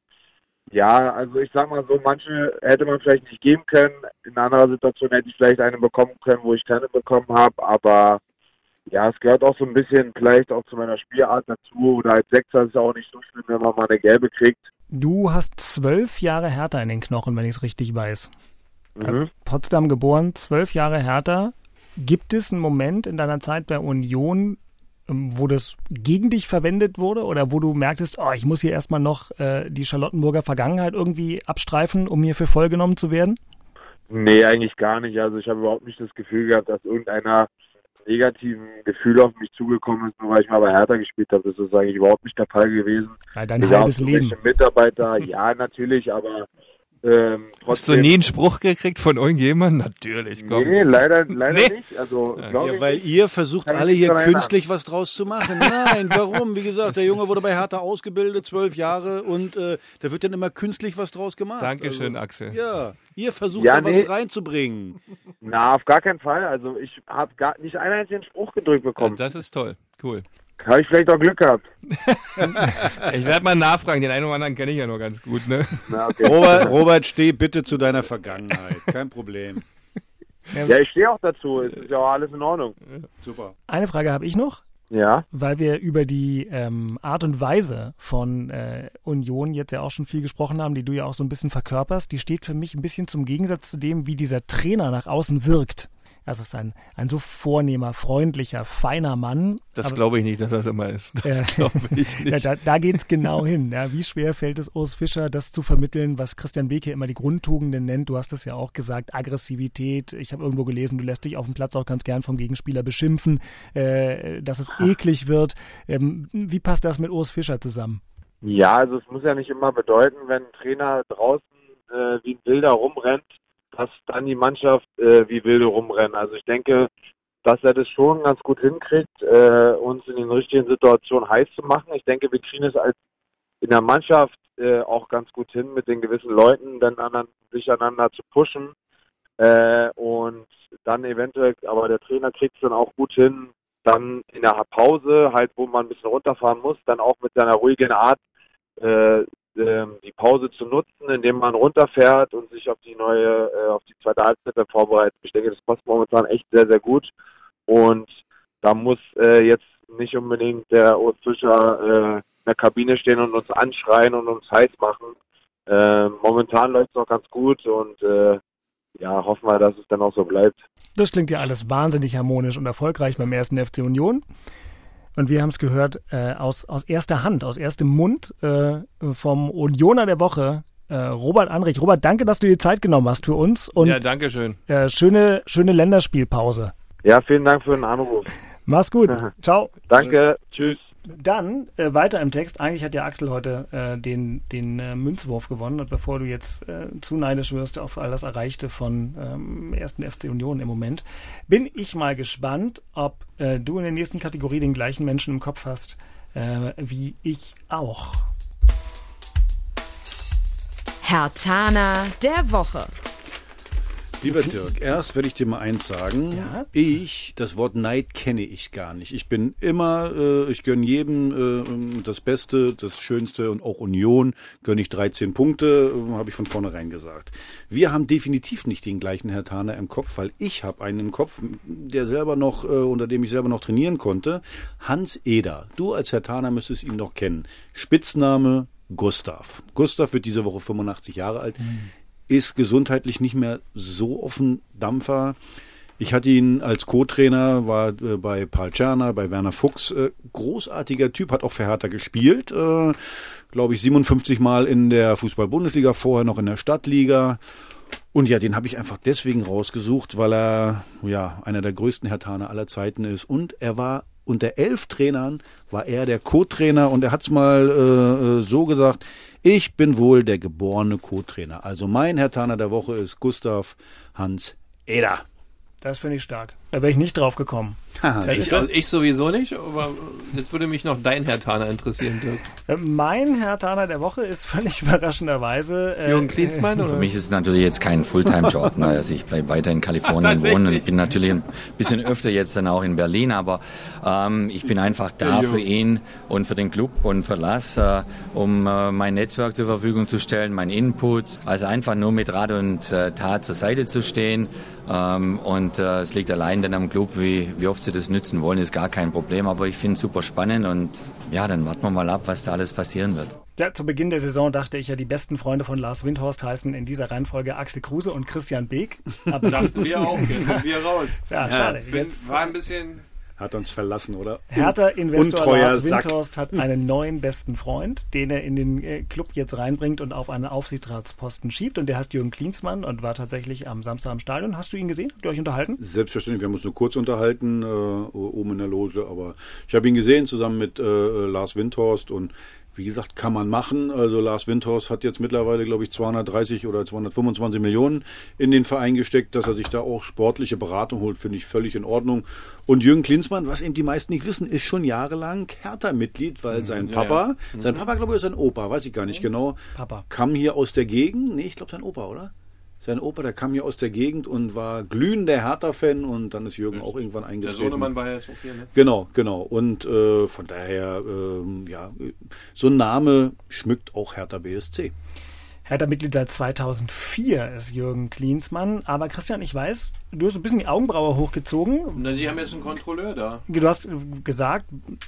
ja, also ich sag mal so, manche hätte man vielleicht nicht geben können. In einer anderen Situation hätte ich vielleicht eine bekommen können, wo ich keine bekommen habe, aber ja, es gehört auch so ein bisschen vielleicht auch zu meiner Spielart dazu. Oder als Sechser ist es auch nicht so schlimm, wenn man mal eine gelbe kriegt. Du hast zwölf Jahre Hertha in den Knochen, wenn ich es richtig weiß. Mhm. Potsdam geboren, zwölf Jahre Hertha. Gibt es einen Moment in deiner Zeit bei Union, wo das gegen dich verwendet wurde oder wo du merktest, oh, ich muss hier erstmal noch äh, die Charlottenburger Vergangenheit irgendwie abstreifen, um hier für voll genommen zu werden? Nee, eigentlich gar nicht. Also ich habe überhaupt nicht das Gefühl gehabt, dass irgendeiner negativen Gefühl auf mich zugekommen ist, nur weil ich mal bei Hertha gespielt habe. Das ist eigentlich überhaupt nicht der Fall gewesen. Ja, dein halbes Leben. Mitarbeiter, ja, natürlich, aber ähm, trotzdem. Hast du nie einen Spruch gekriegt von irgendjemandem? Natürlich, komm. Nee, leider, leider Nee. nicht. Also, Ja, glaub Ja, ich weil nicht. ihr versucht Kann ich alle mich hier daran erinnern. künstlich was draus zu machen. Nein, warum? Wie gesagt, der Junge wurde bei Hertha ausgebildet, zwölf Jahre und äh, da wird dann immer künstlich was draus gemacht. Dankeschön, also, Axel. Ja, ihr versucht Ja, da nee. was reinzubringen. Na, auf gar keinen Fall. Also ich habe gar nicht einen einzigen Spruch gedrückt Ja, bekommen. das ist toll. Cool. Habe ich vielleicht auch Glück gehabt. Ich werde mal nachfragen, den einen oder anderen kenne ich ja noch ganz gut, ne? Na, okay. Robert, Robert, steh bitte zu deiner Vergangenheit. Kein Problem. Ja, ich stehe auch dazu. Es ist ja auch alles in Ordnung. Super. Eine Frage habe ich noch, Ja. weil wir über die ähm, Art und Weise von äh, Union jetzt ja auch schon viel gesprochen haben, die du ja auch so ein bisschen verkörperst. Die steht für mich ein bisschen zum Gegensatz zu dem, wie dieser Trainer nach außen wirkt. Das ist ein, ein so vornehmer, freundlicher, feiner Mann. Das glaube ich nicht, dass das immer ist. Das Ja. glaube ich nicht. Ja, da da geht es genau hin. Ja, wie schwer fällt es Urs Fischer, das zu vermitteln, was Christian Beke immer die Grundtugenden nennt. Du hast es ja auch gesagt, Aggressivität. Ich habe irgendwo gelesen, du lässt dich auf dem Platz auch ganz gern vom Gegenspieler beschimpfen, äh, dass es eklig wird. Ähm, wie passt das mit Urs Fischer zusammen? Ja, also es muss ja nicht immer bedeuten, wenn ein Trainer draußen äh, wie ein Wilder rumrennt, dass dann die Mannschaft äh, wie Wilde rumrennen. Also ich denke, dass er das schon ganz gut hinkriegt, äh, uns in den richtigen Situationen heiß zu machen. Ich denke, wir kriegen es als in der Mannschaft äh, auch ganz gut hin, mit den gewissen Leuten dann aneinander, sich aneinander zu pushen. Äh, und dann eventuell, aber der Trainer kriegt es dann auch gut hin, dann in der Pause, halt wo man ein bisschen runterfahren muss, dann auch mit seiner ruhigen Art äh, ähm, die Pause zu nutzen, indem man runterfährt und sich auf die neue, äh, auf die zweite Halbzeit dann vorbereitet. Ich denke, das passt momentan echt sehr, sehr gut. Und da muss äh, jetzt nicht unbedingt der Urs Fischer äh, in der Kabine stehen und uns anschreien und uns heiß machen. Äh, momentan läuft es noch ganz gut und äh, ja, hoffen wir, dass es dann auch so bleibt. Das klingt ja alles wahnsinnig harmonisch und erfolgreich beim ersten F C Union. Und wir haben es gehört äh, aus, aus erster Hand, aus erstem Mund äh, vom Unioner der Woche, äh, Robert Anrich. Robert, danke, dass du dir Zeit genommen hast für uns. Und, ja, danke schön. Äh, schöne, schöne Länderspielpause. Ja, vielen Dank für den Anruf. Mach's gut. Ciao. Danke. Tschüss. Dann äh, weiter im Text. Eigentlich hat ja Axel heute äh, den, den äh, Münzwurf gewonnen. Und bevor du jetzt äh, zu neidisch wirst auf all das Erreichte von ähm, ersten F C Union im Moment, bin ich mal gespannt, ob äh, du in der nächsten Kategorie den gleichen Menschen im Kopf hast äh, wie ich auch. Hertaner der Woche. Lieber Dirk, erst werde ich dir mal eins sagen. Ja? Ich, das Wort Neid kenne ich gar nicht. Ich bin immer, äh, ich gönne jedem äh, das Beste, das Schönste und auch Union gönne ich dreizehn Punkte, äh, habe ich von vornherein gesagt. Wir haben definitiv nicht den gleichen Hertaner im Kopf, weil ich habe einen im Kopf, der selber noch, äh, unter dem ich selber noch trainieren konnte. Hans Eder. Du als Hertaner müsstest ihn noch kennen. Spitzname Gustav. Gustav wird diese Woche fünfundachtzig Jahre alt. Mhm. Ist gesundheitlich nicht mehr so auf dem Dampfer. Ich hatte ihn als Co-Trainer, war äh, bei Paul Czerner, bei Werner Fuchs. Äh, großartiger Typ, hat auch für Hertha gespielt. Äh, Glaube ich siebenundfünfzig Mal in der Fußball-Bundesliga, vorher noch in der Stadtliga. Und ja, den habe ich einfach deswegen rausgesucht, weil er ja einer der größten Herthaner aller Zeiten ist. Und er war unter elf Trainern, war er der Co-Trainer. Und er hat es mal äh, so gesagt, ich bin wohl der geborene Co-Trainer. Also mein Hertaner der Woche ist Gustav Hans Eder. Das finde ich stark. Da wäre ich nicht drauf gekommen. ich, also ich sowieso nicht, aber jetzt würde mich noch dein Hertaner interessieren, Dirk. Mein Hertaner der Woche ist völlig überraschenderweise Äh, Jürgen Klinsmann? Für mich ist es natürlich jetzt kein Fulltime-Job. Ne? Also ich bleibe weiter in Kalifornien wohnen und bin natürlich ein bisschen öfter jetzt dann auch in Berlin, aber ähm, ich bin einfach da für ihn und für den Club und für Lass, äh, um äh, mein Netzwerk zur Verfügung zu stellen, mein Input. Also einfach nur mit Rat und äh, Tat zur Seite zu stehen. Ähm, und äh, es liegt allein dann am Club, wie, wie oft sie das nützen wollen, ist gar kein Problem. Aber ich finde es super spannend und ja, dann warten wir mal ab, was da alles passieren wird. Ja, zu Beginn der Saison dachte ich ja, die besten Freunde von Lars Windhorst heißen in dieser Reihenfolge Axel Kruse und Christian Beek. Aber dachten wir auch, jetzt sind wir raus. Ja, schade. Ja, bin, jetzt war ein bisschen... Hat uns verlassen, oder? Hertha-Investor Lars Windhorst hat einen neuen besten Freund, den er in den äh, Club jetzt reinbringt und auf einen Aufsichtsratsposten schiebt. Und der heißt Jürgen Klinsmann und war tatsächlich am Samstag im Stadion. Hast du ihn gesehen? Habt ihr euch unterhalten? Selbstverständlich. Wir haben uns nur kurz unterhalten, äh, oben in der Loge. Aber ich habe ihn gesehen zusammen mit äh, Lars Windhorst und wie gesagt, kann man machen. Also Lars Windhorst hat jetzt mittlerweile, glaube ich, zweihundertdreißig oder zweihundertfünfundzwanzig Millionen in den Verein gesteckt. Dass er sich da auch sportliche Beratung holt, finde ich völlig in Ordnung. Und Jürgen Klinsmann, was eben die meisten nicht wissen, ist schon jahrelang Hertha-Mitglied, weil sein Papa, ja, ja. sein Papa, glaube ich, ist sein Opa, weiß ich gar nicht genau, Papa. kam hier aus der Gegend. Nee, ich glaube, sein Opa, oder? Sein Opa, der kam hier aus der Gegend und war glühender Hertha-Fan und dann ist Jürgen auch irgendwann eingetreten. Der Sohnemann war ja jetzt auch hier, ne? Genau, genau. Und äh, von daher, äh, ja, so ein Name schmückt auch Hertha B S C. Hertha-Mitglied seit zweitausendvier ist Jürgen Klinsmann. Aber Christian, ich weiß, du hast ein bisschen die Augenbraue hochgezogen. Na, Sie haben jetzt einen Kontrolleur da. Du hast gesagt...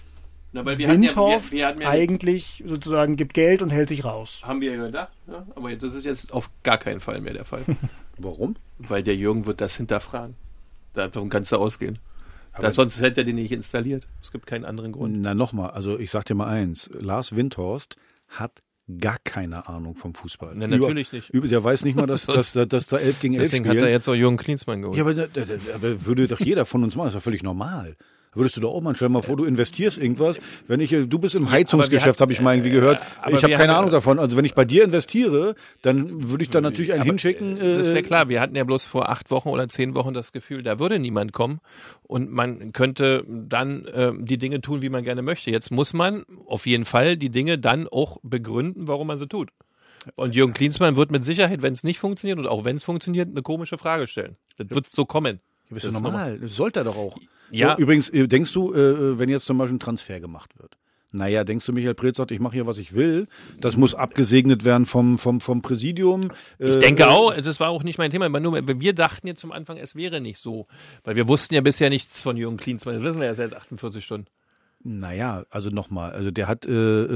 Na, weil wir Windhorst hatten ja, wir, wir hatten ja eigentlich sozusagen gibt Geld und hält sich raus. Haben wir ja gedacht, ja? Aber jetzt, das ist jetzt auf gar keinen Fall mehr der Fall. Warum? Weil der Jürgen wird das hinterfragen. Davon kannst du ausgehen. Da, sonst hätte er den nicht installiert. Es gibt keinen anderen Grund. Na nochmal, also ich sag dir mal eins, Lars Windhorst hat gar keine Ahnung vom Fußball. Na, natürlich über, nicht. Über, der weiß nicht mal, dass, dass, dass, dass da elf gegen elf Deswegen spielen. Hat er jetzt auch Jürgen Klinsmann geholt. Ja, aber, aber würde doch jeder von uns machen, das ist doch völlig normal. Würdest du doch auch mal, stell dir mal vor, du investierst irgendwas. Wenn ich, du bist im Heizungsgeschäft, habe ich mal irgendwie gehört. Äh, ich habe keine Ahnung davon. Also wenn ich bei dir investiere, dann würde ich da natürlich einen aber hinschicken. Äh, das ist ja klar. Wir hatten ja bloß vor acht Wochen oder zehn Wochen das Gefühl, da würde niemand kommen und man könnte dann äh, die Dinge tun, wie man gerne möchte. Jetzt muss man auf jeden Fall die Dinge dann auch begründen, warum man sie tut. Und Jürgen Klinsmann wird mit Sicherheit, wenn es nicht funktioniert und auch wenn es funktioniert, eine komische Frage stellen. Das wird so kommen. Das ist normal. Das sollte er doch auch. Ja. So, übrigens, denkst du, wenn jetzt zum Beispiel ein Transfer gemacht wird, Naja, denkst du, Michael Preetz sagt, ich mache hier, was ich will? Das muss abgesegnet werden vom, vom, vom Präsidium. Ich denke auch, das war auch nicht mein Thema. Nur, wir dachten jetzt zum Anfang, es wäre nicht so. Weil wir wussten ja bisher nichts von Jürgen Klinsmann. Das wissen wir ja seit achtundvierzig Stunden. Naja, also nochmal, also der hat äh,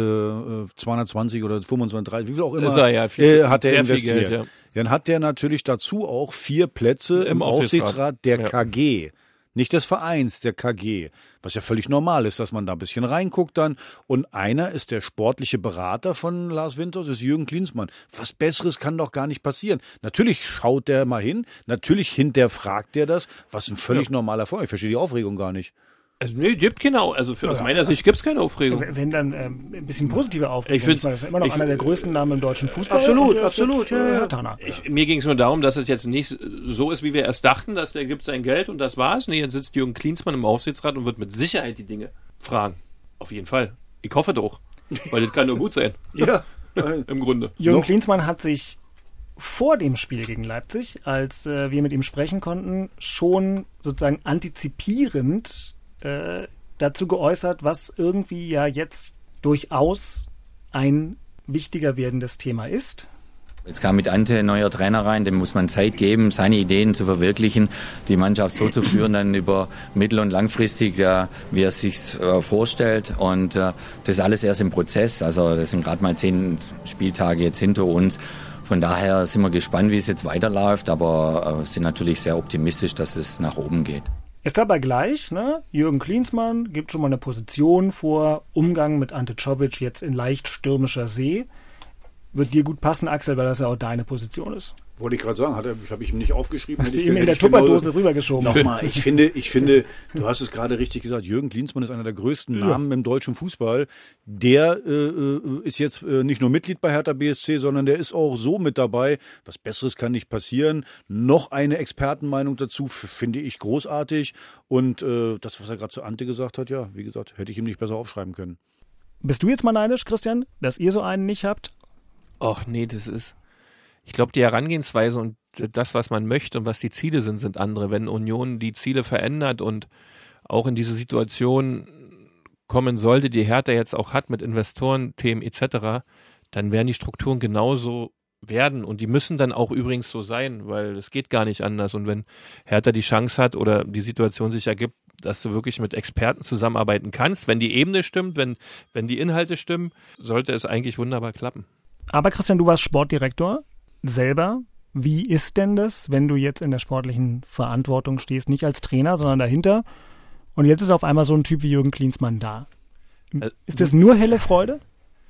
äh, zweihundertzwanzig oder fünfundzwanzig, dreißig, wie viel auch immer, ist er, ja, viel, äh, hat er sehr investiert. Viel Geld, ja. Dann hat der natürlich dazu auch vier Plätze im, im Aufsichtsrat, Aufsichtsrat der ja. K G. Nicht des Vereins, der K G. Was ja völlig normal ist, dass man da ein bisschen reinguckt dann. Und einer ist der sportliche Berater von Lars Winters, ist Jürgen Klinsmann. Was Besseres kann doch gar nicht passieren. Natürlich schaut der mal hin, natürlich hinterfragt der das, was ein völlig ja. normaler Vorgang. Ich verstehe die Aufregung gar nicht. Also nee, gibt keine, also für, aus meiner Sicht gibt es keine Aufregung. Wenn dann ähm, ein bisschen positive Aufregung. Ich finde, das ist immer noch ich, einer der größten Namen im deutschen Fußball. Absolut, absolut. Ja, ja. Ich, mir ging es nur darum, dass es jetzt nicht so ist, wie wir erst dachten, dass der gibt sein Geld und das war's. Nee, jetzt sitzt Jürgen Klinsmann im Aufsichtsrat und wird mit Sicherheit die Dinge fragen. Auf jeden Fall. Ich hoffe doch, weil das kann nur gut sein. Ja, im Grunde. Jürgen Klinsmann hat sich vor dem Spiel gegen Leipzig, als äh, wir mit ihm sprechen konnten, schon sozusagen antizipierend äh, dazu geäußert, was irgendwie ja jetzt durchaus ein wichtiger werdendes Thema ist. Jetzt kam mit Ante ein neuer Trainer rein, dem muss man Zeit geben, seine Ideen zu verwirklichen, die Mannschaft so zu führen, dann über mittel- und langfristig, ja, wie er es sich äh, vorstellt. Und äh, das ist alles erst im Prozess. Also das sind gerade mal zehn Spieltage jetzt hinter uns. Von daher sind wir gespannt, wie es jetzt weiterläuft, aber äh, sind natürlich sehr optimistisch, dass es nach oben geht. Ist dabei gleich, ne? Jürgen Klinsmann gibt schon mal eine Position vor, Umgang mit Ante Czovic jetzt in leicht stürmischer See. Wird dir gut passen, Axel, weil das ja auch deine Position ist. Wollte ich gerade sagen, hat er, habe ich ihm nicht aufgeschrieben. Hast du ihm in der Tupperdose rübergeschoben. Nochmal, ich finde, ich finde, du hast es gerade richtig gesagt, Jürgen Klinsmann ist einer der größten Namen ja. im deutschen Fußball. Der äh, ist jetzt äh, nicht nur Mitglied bei Hertha B S C, sondern der ist auch so mit dabei. Was Besseres kann nicht passieren. Noch eine Expertenmeinung dazu, finde ich großartig. Und äh, das, was er gerade zu Ante gesagt hat, ja, wie gesagt, hätte ich ihm nicht besser aufschreiben können. Bist du jetzt mal neidisch, Christian, dass ihr so einen nicht habt? Ach nee, das ist... Ich glaube, die Herangehensweise und das, was man möchte und was die Ziele sind, sind andere. Wenn Union die Ziele verändert und auch in diese Situation kommen sollte, die Hertha jetzt auch hat mit Investorenthemen et cetera, dann werden die Strukturen genauso werden und die müssen dann auch übrigens so sein, weil es geht gar nicht anders. Und wenn Hertha die Chance hat oder die Situation sich ergibt, dass du wirklich mit Experten zusammenarbeiten kannst, wenn die Ebene stimmt, wenn, wenn die Inhalte stimmen, sollte es eigentlich wunderbar klappen. Aber Christian, du warst Sportdirektor selber. Wie ist denn das, wenn du jetzt in der sportlichen Verantwortung stehst, nicht als Trainer, sondern dahinter und jetzt ist auf einmal so ein Typ wie Jürgen Klinsmann da? Ist das nur helle Freude?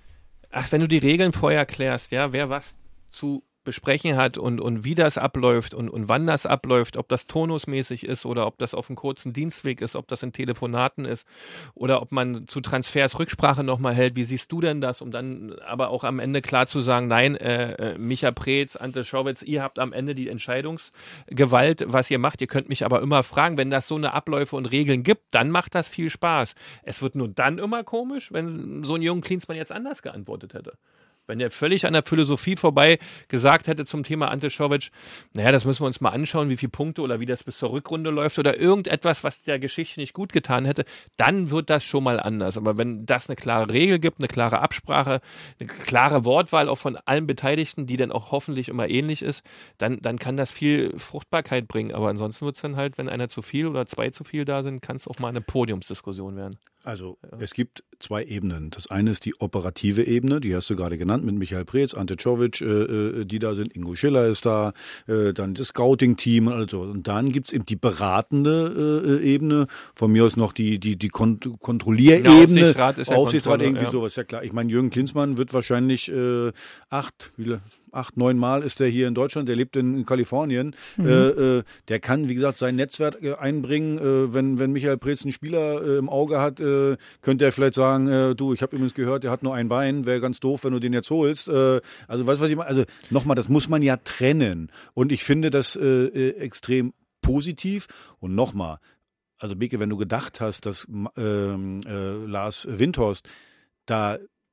Ach, wenn du die Regeln vorher klärst, ja, wer was zu besprechen hat und, und wie das abläuft und, und wann das abläuft, ob das turnusmäßig ist oder ob das auf einem kurzen Dienstweg ist, ob das in Telefonaten ist oder ob man zu Transfers Rücksprache nochmal hält. Wie siehst du denn das? Um dann aber auch am Ende klar zu sagen, nein, äh, Micha Preetz, Ante Czovic, ihr habt am Ende die Entscheidungsgewalt, was ihr macht. Ihr könnt mich aber immer fragen, wenn das so eine Abläufe und Regeln gibt, dann macht das viel Spaß. Es wird nur dann immer komisch, wenn so ein Jürgen Klinsmann jetzt anders geantwortet hätte. Wenn der völlig an der Philosophie vorbei gesagt hätte zum Thema Ante Czovic, naja, das müssen wir uns mal anschauen, wie viele Punkte oder wie das bis zur Rückrunde läuft oder irgendetwas, was der Geschichte nicht gut getan hätte, dann wird das schon mal anders. Aber wenn das eine klare Regel gibt, eine klare Absprache, eine klare Wortwahl auch von allen Beteiligten, die dann auch hoffentlich immer ähnlich ist, dann, dann kann das viel Fruchtbarkeit bringen. Aber ansonsten wird es dann halt, wenn einer zu viel oder zwei zu viel da sind, kann es auch mal eine Podiumsdiskussion werden. Also ja. Es gibt zwei Ebenen. Das eine ist die operative Ebene, die hast du gerade genannt, mit Michael Preetz, Ante Czovic, äh, die da sind, Ingo Schiller ist da, äh, dann das Scouting-Team und also. Und dann gibt es eben die beratende äh, Ebene, von mir aus noch die, die, die Kont- Kontrollierebene. Aufsichtsrat ist ja Aufsichtsrat, Kontrolle, irgendwie ja. sowas, ja klar. Ich meine, Jürgen Klinsmann wird wahrscheinlich äh, acht, wie, acht, neun Mal ist der hier in Deutschland, der lebt in, in Kalifornien. Mhm. Äh, äh, der kann, wie gesagt, sein Netzwerk äh, einbringen. Äh, wenn, wenn Michael Preetz einen Spieler äh, im Auge hat, äh, könnte er vielleicht sagen, äh, du, ich habe übrigens gehört, der hat nur ein Bein, wäre ganz doof, wenn du den jetzt holst. Äh, also weißt du, was ich meine? Also nochmal, das muss man ja trennen. Und ich finde das äh, äh, extrem positiv. Und nochmal, also Beke, wenn du gedacht hast, dass ähm, äh, Lars Windhorst da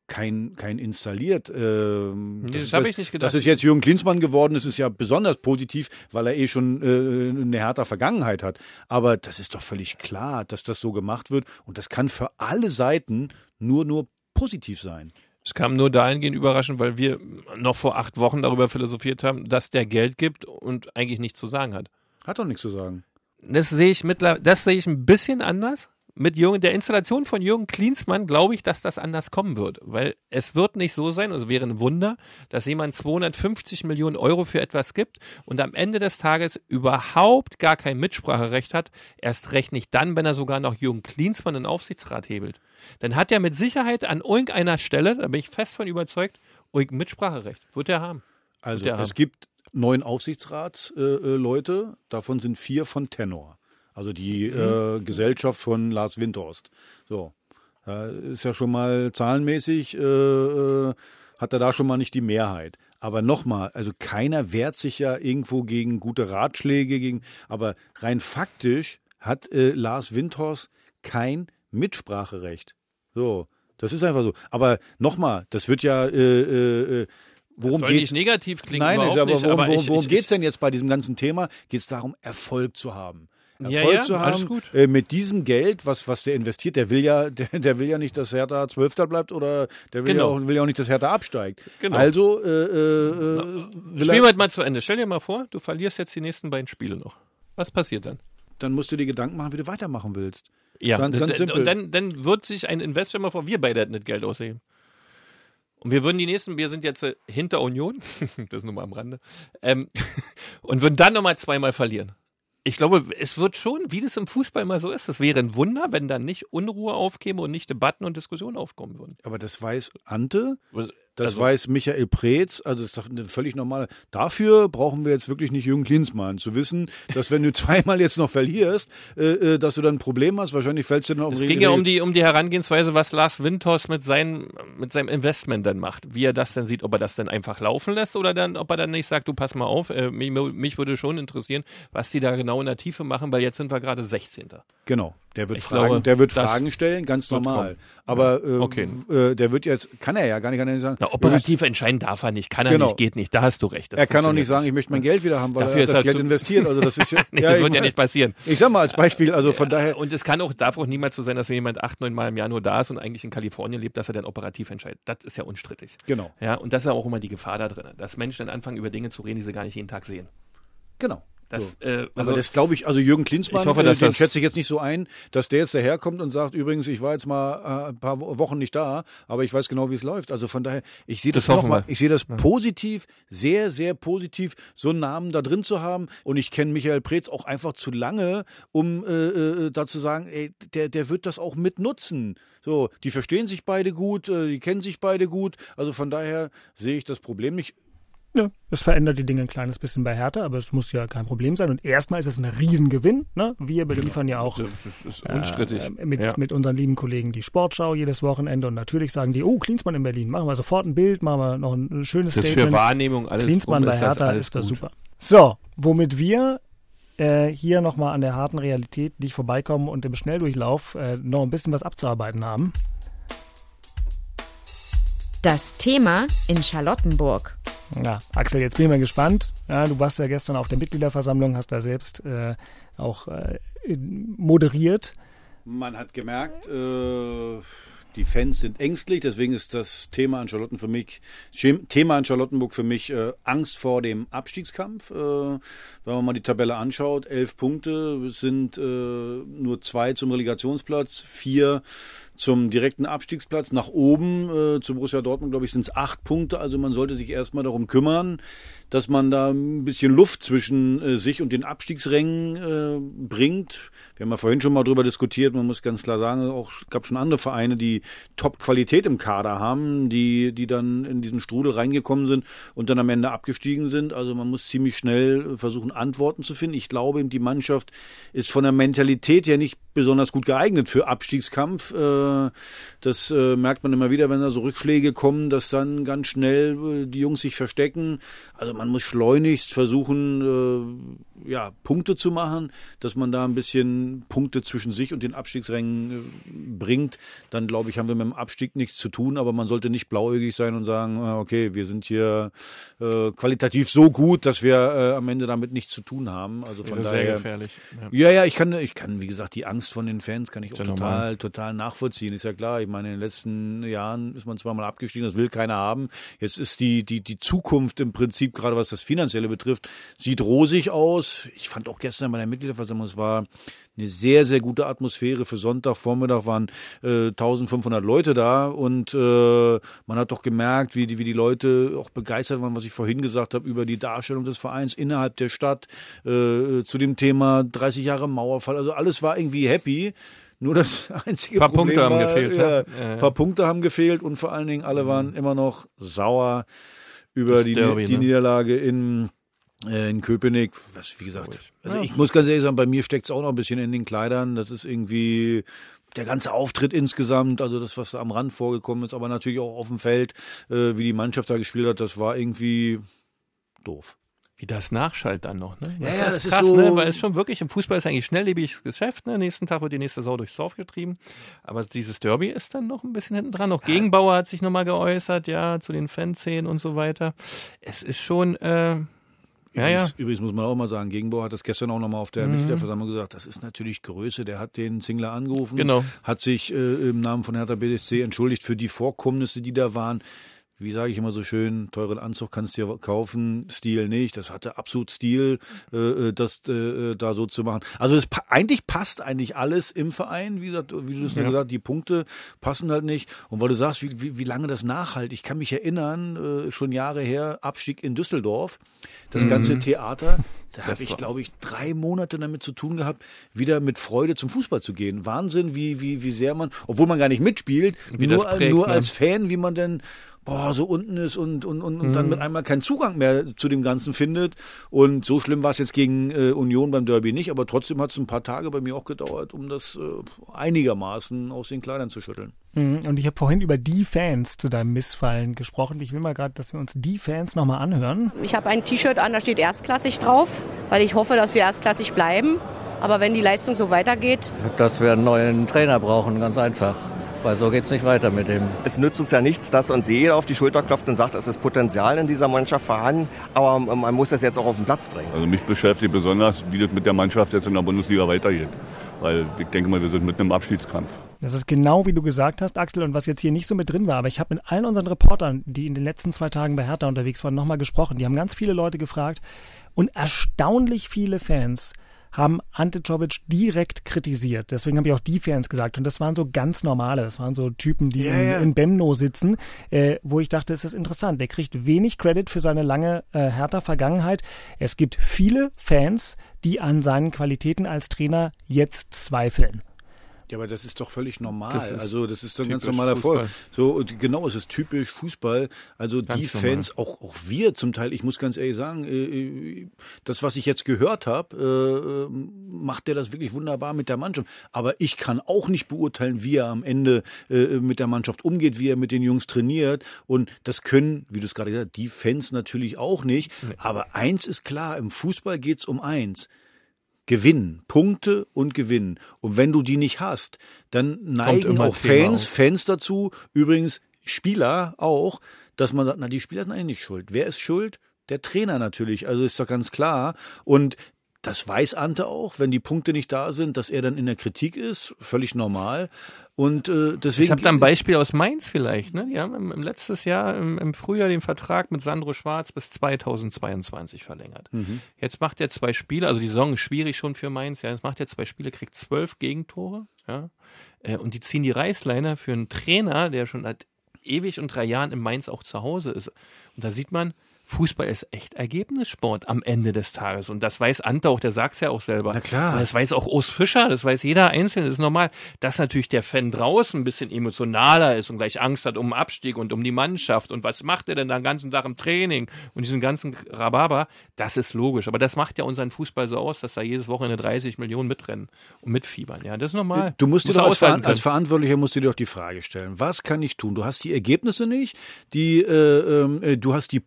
kein, kein installiert. Ähm, nee, das das habe ich nicht gedacht. Dass es jetzt Jürgen Klinsmann geworden ist, ist ja besonders positiv, weil er eh schon äh, eine Hertha Vergangenheit hat. Aber das ist doch völlig klar, dass das so gemacht wird. Und das kann für alle Seiten nur, nur positiv sein. Es kam nur dahingehend überraschend, weil wir noch vor acht Wochen darüber philosophiert haben, dass der Geld gibt und eigentlich nichts zu sagen hat. Hat doch nichts zu sagen. Das sehe ich mittlerweile, das sehe ich ein bisschen anders. Mit Jürgen, der Installation von Jürgen Klinsmann glaube ich, dass das anders kommen wird, weil es wird nicht so sein, also wäre ein Wunder, dass jemand zweihundertfünfzig Millionen Euro für etwas gibt und am Ende des Tages überhaupt gar kein Mitspracherecht hat, erst recht nicht dann, wenn er sogar noch Jürgen Klinsmann in den Aufsichtsrat hebelt. Dann hat er mit Sicherheit an irgendeiner Stelle, da bin ich fest von überzeugt, irgendein Mitspracherecht. Wird er haben. Also er es haben. gibt neun Aufsichtsratsleute, äh, äh, davon sind vier von Tenor. Also die mhm. äh, Gesellschaft von Lars Windhorst. So, äh, ist ja schon mal zahlenmäßig, äh, äh, hat er da schon mal nicht die Mehrheit. Aber nochmal, also keiner wehrt sich ja irgendwo gegen gute Ratschläge, gegen, aber rein faktisch hat äh, Lars Windhorst kein Mitspracherecht. So, das ist einfach so. Aber nochmal, das wird ja äh, äh, worum das soll geht's? nicht negativ klingen, Nein, überhaupt aber nicht, worum, aber worum, ich, worum ich, geht es denn jetzt bei diesem ganzen Thema? Geht es darum, Erfolg zu haben. Erfolg ja, ja, zu alles haben gut. Äh, mit diesem Geld, was, was der investiert, der will ja, der, der will ja nicht, dass Hertha Zwölfter bleibt oder der will, Genau. ja auch, will ja auch nicht, dass Hertha absteigt. Genau. Also äh, äh, Spielen wir halt mal zu Ende. Stell dir mal vor, du verlierst jetzt die nächsten beiden Spiele noch. Was passiert dann? Dann musst du dir Gedanken machen, wie du weitermachen willst. Ja, ganz, ganz simpel. Und dann, dann wird sich ein Investor mal vor, wir beide hätten das Geld ausheben. Und wir würden die nächsten, wir sind jetzt äh, hinter Union, das nur mal am Rande, ähm, und würden dann nochmal zweimal verlieren. Ich glaube, es wird schon, wie das im Fußball mal so ist, das wäre ein Wunder, wenn dann nicht Unruhe aufkäme und nicht Debatten und Diskussionen aufkommen würden. Aber das weiß Ante, das also, weiß Michael Preetz, also das ist doch eine völlig normale. Dafür brauchen wir jetzt wirklich nicht Jürgen Klinsmann, zu wissen, dass wenn du zweimal jetzt noch verlierst, äh, dass du dann ein Problem hast, wahrscheinlich fällst du dann auf Es ging ja um die, um die Herangehensweise, was Lars Windhorst mit, seinem mit seinem Investment dann macht, wie er das dann sieht, ob er das dann einfach laufen lässt oder dann, ob er dann nicht sagt, du pass mal auf, äh, mich, mich würde schon interessieren, was die da genau in der Tiefe machen, weil jetzt sind wir gerade sechzehnter Genau, der wird, ich Fragen, glaube, der wird Fragen stellen, ganz normal. kommen. Aber ja. okay. äh, der wird jetzt, kann er ja gar nicht, kann er nicht sagen. Na, operativ entscheiden darf er nicht, kann er genau. nicht, geht nicht, da hast du recht. Das er kann auch nicht sagen, ich möchte mein Geld wieder haben, weil Dafür er hat das halt Geld so investiert. Also das ist ja, nee, ja, das wird ich, ja nicht passieren. Ich sag mal als Beispiel, also von ja, daher. Und es kann auch, darf auch niemals so sein, dass wenn jemand acht, neun Mal im Jahr nur da ist und eigentlich in Kalifornien lebt, dass er dann operativ entscheidet. Das ist ja unstrittig. Genau. Ja, und das ist ja auch immer die Gefahr da drin, dass Menschen dann anfangen, über Dinge zu reden, die sie gar nicht jeden Tag sehen. Genau. Das, so. äh, also aber das glaube ich, also Jürgen Klinsmann, ich hoffe, äh, dass den das schätze ich jetzt nicht so ein, dass der jetzt daherkommt und sagt, übrigens, ich war jetzt mal äh, ein paar Wochen nicht da, aber ich weiß genau, wie es läuft. Also von daher, ich sehe das, das nochmal, ich sehe das ja. positiv, sehr, sehr positiv, so einen Namen da drin zu haben. Und ich kenne Michael Preetz auch einfach zu lange, um äh, äh, da zu sagen, ey, der, der wird das auch mitnutzen. So, die verstehen sich beide gut, äh, die kennen sich beide gut. Also von daher sehe ich das Problem nicht. Ja, es verändert die Dinge ein kleines bisschen bei Hertha, aber es muss ja kein Problem sein. Und erstmal ist es ein Riesengewinn. Ne? Wir beliefern ja auch das ist unstrittig. Äh, mit, ja. mit unseren lieben Kollegen die Sportschau jedes Wochenende. Und natürlich sagen die, oh, Klinsmann in Berlin, machen wir sofort ein Bild, machen wir noch ein schönes das Statement. Das für Wahrnehmung alles Klinsmann drum, bei Hertha ist, ist das gut. super. So, womit wir äh, hier nochmal an der harten Realität nicht vorbeikommen und im Schnelldurchlauf äh, noch ein bisschen was abzuarbeiten haben. Das Thema in Charlottenburg. Ja, Axel, jetzt bin ich mal gespannt. Ja, du warst ja gestern auf der Mitgliederversammlung, hast da selbst äh, auch äh, moderiert. Man hat gemerkt, äh, die Fans sind ängstlich, deswegen ist das Thema an Charlotten für mich, Thema an Charlottenburg für mich äh, Angst vor dem Abstiegskampf. Äh, wenn man mal die Tabelle anschaut, elf Punkte, sind äh, nur zwei zum Relegationsplatz, vier zum direkten Abstiegsplatz. Nach oben äh, zu Borussia Dortmund, glaube ich, sind es acht Punkte. Also man sollte sich erstmal darum kümmern, dass man da ein bisschen Luft zwischen äh, sich und den Abstiegsrängen äh, bringt. Wir haben ja vorhin schon mal drüber diskutiert. Man muss ganz klar sagen, auch gab schon andere Vereine, die Top-Qualität im Kader haben, die, die dann in diesen Strudel reingekommen sind und dann am Ende abgestiegen sind. Also man muss ziemlich schnell versuchen, Antworten zu finden. Ich glaube, die Mannschaft ist von der Mentalität her nicht besonders gut geeignet für Abstiegskampf. Das merkt man immer wieder, wenn da so Rückschläge kommen, dass dann ganz schnell die Jungs sich verstecken. Also man muss schleunigst versuchen, ja, Punkte zu machen, dass man da ein bisschen Punkte zwischen sich und den Abstiegsrängen äh, bringt, dann glaube ich, haben wir mit dem Abstieg nichts zu tun, aber man sollte nicht blauäugig sein und sagen, okay, wir sind hier äh, qualitativ so gut, dass wir äh, am Ende damit nichts zu tun haben. Also von sehr daher, gefährlich. Ja, ja, ja ich kann, ich kann, wie gesagt, die Angst von den Fans kann ich auch ja total, normal. total nachvollziehen. Ist ja klar. Ich meine, in den letzten Jahren ist man zweimal abgestiegen, das will keiner haben. Jetzt ist die, die, die Zukunft im Prinzip, gerade was das Finanzielle betrifft, sieht rosig aus. Ich fand auch gestern bei der Mitgliederversammlung, es war eine sehr, sehr gute Atmosphäre. Für Sonntagvormittag waren äh, eintausendfünfhundert Leute da und äh, man hat doch gemerkt, wie die, wie die Leute auch begeistert waren, was ich vorhin gesagt habe, über die Darstellung des Vereins innerhalb der Stadt, äh, zu dem Thema dreißig Jahre Mauerfall. Also alles war irgendwie happy. Nur das einzige paar Problem Punkte war, haben gefehlt. Ja, Ja. ein paar Punkte haben gefehlt und vor allen Dingen alle waren immer noch sauer über Das die, Derby, die ne? Niederlage in in Köpenick, was wie gesagt, also ich muss ganz ehrlich sagen, bei mir steckt es auch noch ein bisschen in den Kleidern. Das ist irgendwie der ganze Auftritt insgesamt, also das, was da am Rand vorgekommen ist, aber natürlich auch auf dem Feld, äh, wie die Mannschaft da gespielt hat, das war irgendwie doof. Wie das nachschallt dann noch, ne? Das ja, ja, ist das krass, ist so, ne? Weil es schon wirklich, im Fußball ist eigentlich schnelllebiges Geschäft, ne? Nächsten Tag wird die nächste Sau durchs Dorf getrieben. Aber dieses Derby ist dann noch ein bisschen hinten dran. Auch ja. Gegenbauer hat sich nochmal geäußert, ja, zu den Fanszenen und so weiter. Es ist schon, äh, Ja, übrigens, ja. übrigens muss man auch mal sagen, Gegenbauer hat das gestern auch nochmal auf der Mhm. Mitgliederversammlung gesagt, das ist natürlich Größe, der hat den Zingler angerufen, Genau. hat sich äh, im Namen von Hertha B S C entschuldigt für die Vorkommnisse, die da waren. Wie sage ich immer so schön, teuren Anzug kannst du dir kaufen, Stil nicht. Das hatte absolut Stil, äh, das äh, da so zu machen. Also es pa- eigentlich passt eigentlich alles im Verein, wie, gesagt, wie du es Ja. ja. gesagt, die Punkte passen halt nicht. Und weil du sagst, wie, wie, wie lange das nachhalt. Ich kann mich erinnern, äh, schon Jahre her, Abstieg in Düsseldorf, das Mhm. ganze Theater. Da Das habe ich, war- glaube ich, drei Monate damit zu tun gehabt, wieder mit Freude zum Fußball zu gehen. Wahnsinn, wie, wie, wie sehr man, obwohl man gar nicht mitspielt, Wie nur, das prägt, nur ne? als Fan, wie man denn boah, so unten ist und, und, und, und dann Mhm. mit einmal keinen Zugang mehr zu dem Ganzen findet. Und so schlimm war es jetzt gegen äh, Union beim Derby nicht, aber trotzdem hat es ein paar Tage bei mir auch gedauert, um das äh, einigermaßen aus den Kleidern zu schütteln. Mhm. Und ich habe vorhin über die Fans zu deinem Missfallen gesprochen. Ich will mal gerade, dass wir uns die Fans nochmal anhören. Ich habe ein T-Shirt an, da steht erstklassig drauf, weil ich hoffe, dass wir erstklassig bleiben. Aber wenn die Leistung so weitergeht, Dass wir einen neuen Trainer brauchen, ganz einfach. Weil so geht's nicht weiter mit dem. Es nützt uns ja nichts, dass uns jeder auf die Schulter klopft und sagt, es ist Potenzial in dieser Mannschaft vorhanden, aber man muss das jetzt auch auf den Platz bringen. Also mich beschäftigt besonders, wie das mit der Mannschaft jetzt in der Bundesliga weitergeht. Weil ich denke mal, wir sind mitten im Abschiedskampf. Das ist genau wie du gesagt hast, Axel, und was jetzt hier nicht so mit drin war. Aber ich habe mit allen unseren Reportern, die in den letzten zwei Tagen bei Hertha unterwegs waren, nochmal gesprochen. Die haben ganz viele Leute gefragt und erstaunlich viele Fans haben Ante Czovic direkt kritisiert. Deswegen habe ich auch die Fans gesagt. Und das waren so ganz normale. Das waren so Typen, die Ja, in, ja. in Bemno sitzen, äh, wo ich dachte, es ist interessant. Der kriegt wenig Credit für seine lange äh, Hertha-Vergangenheit. Es gibt viele Fans, die an seinen Qualitäten als Trainer jetzt zweifeln. Ja, aber das ist doch völlig normal. Das ist also das ist doch ein ganz typisch normaler Fußball. Erfolg. So, und genau, es ist typisch Fußball. Also Ganz die Fans, auch, auch wir zum Teil, ich muss ganz ehrlich sagen, äh, das, was ich jetzt gehört habe, äh, macht der das wirklich wunderbar mit der Mannschaft. Aber ich kann auch nicht beurteilen, wie er am Ende äh, mit der Mannschaft umgeht, wie er mit den Jungs trainiert. Und das können, wie du es gerade gesagt hast, die Fans natürlich auch nicht. Aber eins ist klar, im Fußball geht's um eins. Gewinnen, Punkte und Gewinnen. Und wenn du die nicht hast, dann neigen immer auch Thema Fans, auf. Fans dazu, übrigens Spieler auch, dass man sagt, na, die Spieler sind eigentlich nicht schuld. Wer ist schuld? Der Trainer natürlich, also ist doch ganz klar. Und das weiß Ante auch, wenn die Punkte nicht da sind, dass er dann in der Kritik ist, völlig normal. Und äh, deswegen. Ich habe da ein Beispiel aus Mainz vielleicht. Ne? Die haben im, im letztes Jahr im, im Frühjahr den Vertrag mit Sandro Schwarz bis zweitausendzweiundzwanzig verlängert. Mhm. Jetzt macht er zwei Spiele, also die Saison ist schwierig schon für Mainz. Ja, jetzt macht er zwei Spiele, kriegt zwölf Gegentore. Ja, äh, und die ziehen die Reißleine für einen Trainer, der schon seit ewig und drei Jahren in Mainz auch zu Hause ist. Und da sieht man, Fußball ist echt Ergebnissport am Ende des Tages. Und das weiß Ante auch, der sagt es ja auch selber. Na klar. Und das weiß auch Urs Fischer, das weiß jeder Einzelne, das ist normal. Dass natürlich der Fan draußen ein bisschen emotionaler ist und gleich Angst hat um den Abstieg und um die Mannschaft und was macht er denn den ganzen Tag im Training und diesen ganzen Rhabarber, das ist logisch. Aber das macht ja unseren Fußball so aus, dass da jedes Wochenende dreißig Millionen mitrennen und mitfiebern. Ja, das ist normal. Du musst dir Muss doch als, aushalten Veran als können. Verantwortlicher musst du dir doch die Frage stellen, was kann ich tun? Du hast die Ergebnisse nicht, die, äh, äh, du hast die Punkte nicht.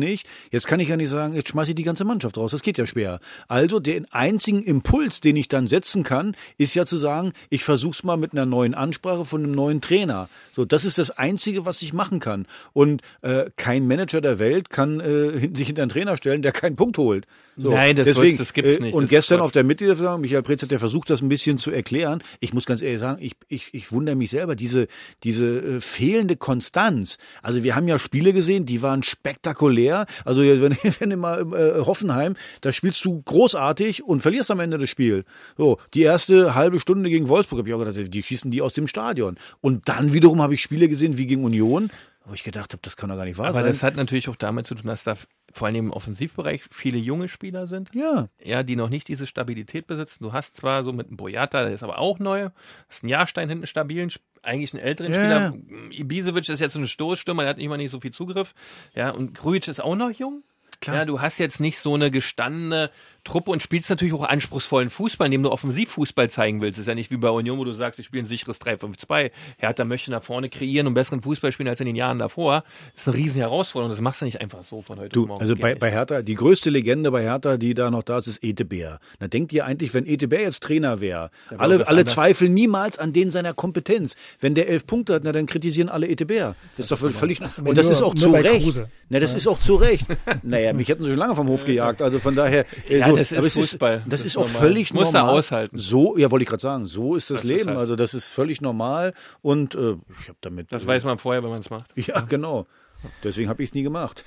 nicht. Jetzt kann ich ja nicht sagen, jetzt schmeiße ich die ganze Mannschaft raus. Das geht ja schwer. Also den einzigen Impuls, den ich dann setzen kann, ist ja zu sagen, ich versuch's mal mit einer neuen Ansprache von einem neuen Trainer. So, das ist das Einzige, was ich machen kann. Und äh, kein Manager der Welt kann äh, sich hinter einen Trainer stellen, der keinen Punkt holt. So, Nein, das, deswegen, das gibt's nicht. Und das gestern auf der Mitgliederversammlung, Michael Preetz hat ja versucht, das ein bisschen zu erklären. Ich muss ganz ehrlich sagen, ich, ich, ich wundere mich selber, diese, diese äh, fehlende Konstanz. Also wir haben ja Spiele gesehen, die waren spektakulär. Also wenn, wenn du mal äh, Hoffenheim, da spielst du großartig und verlierst am Ende das Spiel. So, die erste halbe Stunde gegen Wolfsburg, habe ich auch gedacht, die schießen die aus dem Stadion. Und dann wiederum habe ich Spiele gesehen wie gegen Union, wo ich gedacht habe, das kann doch gar nicht wahr Aber sein. Aber das hat natürlich auch damit zu tun, dass da vor allem im Offensivbereich viele junge Spieler sind. Ja. Ja, die noch nicht diese Stabilität besitzen. Du hast zwar so mit einem Boyata, der ist aber auch neu, hast einen Jahrstein hinten stabilen, eigentlich einen älteren Ja. Spieler. Ibisevic ist jetzt so eine Stoßstürmer, der hat nicht mal nicht so viel Zugriff. Ja, und Grujic ist auch noch jung. Klar. Ja, du hast jetzt nicht so eine gestandene Truppe und spielst natürlich auch anspruchsvollen Fußball, indem du Offensivfußball zeigen willst. Das ist ja nicht wie bei Union, wo du sagst, ich spiele ein sicheres drei fünf zwei. Hertha möchte nach vorne kreieren und besseren Fußball spielen als in den Jahren davor. Das ist eine riesen Herausforderung. Das machst du nicht einfach so von heute Du, auf morgen. also bei, bei Hertha, die größte Legende bei Hertha, die da noch da ist, ist Ete Bär. Da denkt ihr eigentlich, wenn Ete Bär jetzt Trainer wäre, Der alle, wäre alle anders. zweifeln niemals an den seiner Kompetenz. Wenn der elf Punkte hat, na, dann kritisieren alle Ete Bär. Das ist doch völlig, Das ist aber und das nur- ist auch nur zu bei Recht. Kruse. Na, das Ja. ist auch zu Recht. Naja, mich hätten sie schon lange vom Hof gejagt, also von daher. äh, Ja, so, das ist aber es Fußball. Das, Das ist ist auch normal. völlig Musst du normal. aushalten. So, ja, wollte ich gerade sagen, so ist das, Das ist Leben. halt- Also das ist völlig normal und äh, ich habe damit. Das äh, weiß man vorher, wenn man es macht. Ja, genau. Deswegen habe ich es nie gemacht.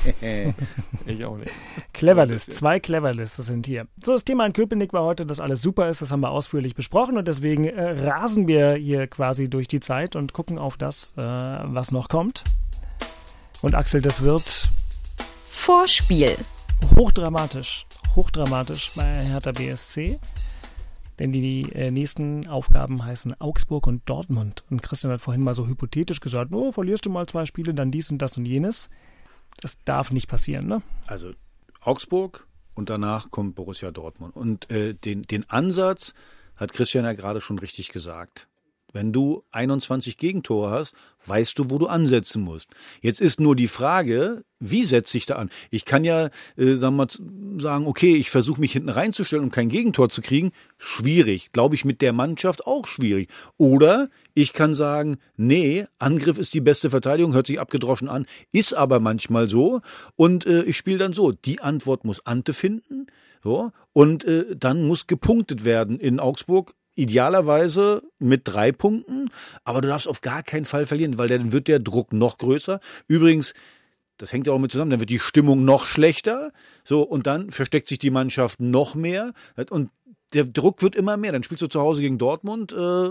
Ich auch nicht. Cleverlist, zwei Cleverlists sind hier. So, das Thema in Köpenick war heute, dass alles super ist, das haben wir ausführlich besprochen und deswegen äh, rasen wir hier quasi durch die Zeit und gucken auf das, äh, was noch kommt. Und Axel, das wird Vorspiel. hochdramatisch, hochdramatisch bei Hertha B S C. Denn die, die äh, nächsten Aufgaben heißen Augsburg und Dortmund. Und Christian hat vorhin mal so hypothetisch gesagt, oh, verlierst du mal zwei Spiele, dann dies und das und jenes. Das darf nicht passieren, ne? Also Augsburg und danach kommt Borussia Dortmund. Und äh, den, den Ansatz hat Christian ja gerade schon richtig gesagt. Wenn du einundzwanzig Gegentore hast, weißt du, wo du ansetzen musst. Jetzt ist nur die Frage, wie setze ich da an? Ich kann ja äh, sagen, wir mal, sagen, okay, ich versuche mich hinten reinzustellen, um kein Gegentor zu kriegen. Schwierig. Glaube ich mit der Mannschaft auch schwierig. Oder ich kann sagen, nee, Angriff ist die beste Verteidigung, hört sich abgedroschen an, ist aber manchmal so. Und äh, ich spiele dann so. Die Antwort muss Ante finden. So, und äh, dann muss gepunktet werden in Augsburg. Idealerweise mit drei Punkten, aber du darfst auf gar keinen Fall verlieren, weil dann wird der Druck noch größer. Übrigens, das hängt ja auch mit zusammen, dann wird die Stimmung noch schlechter, so, und dann versteckt sich die Mannschaft noch mehr und der Druck wird immer mehr. Dann spielst du zu Hause gegen Dortmund, äh,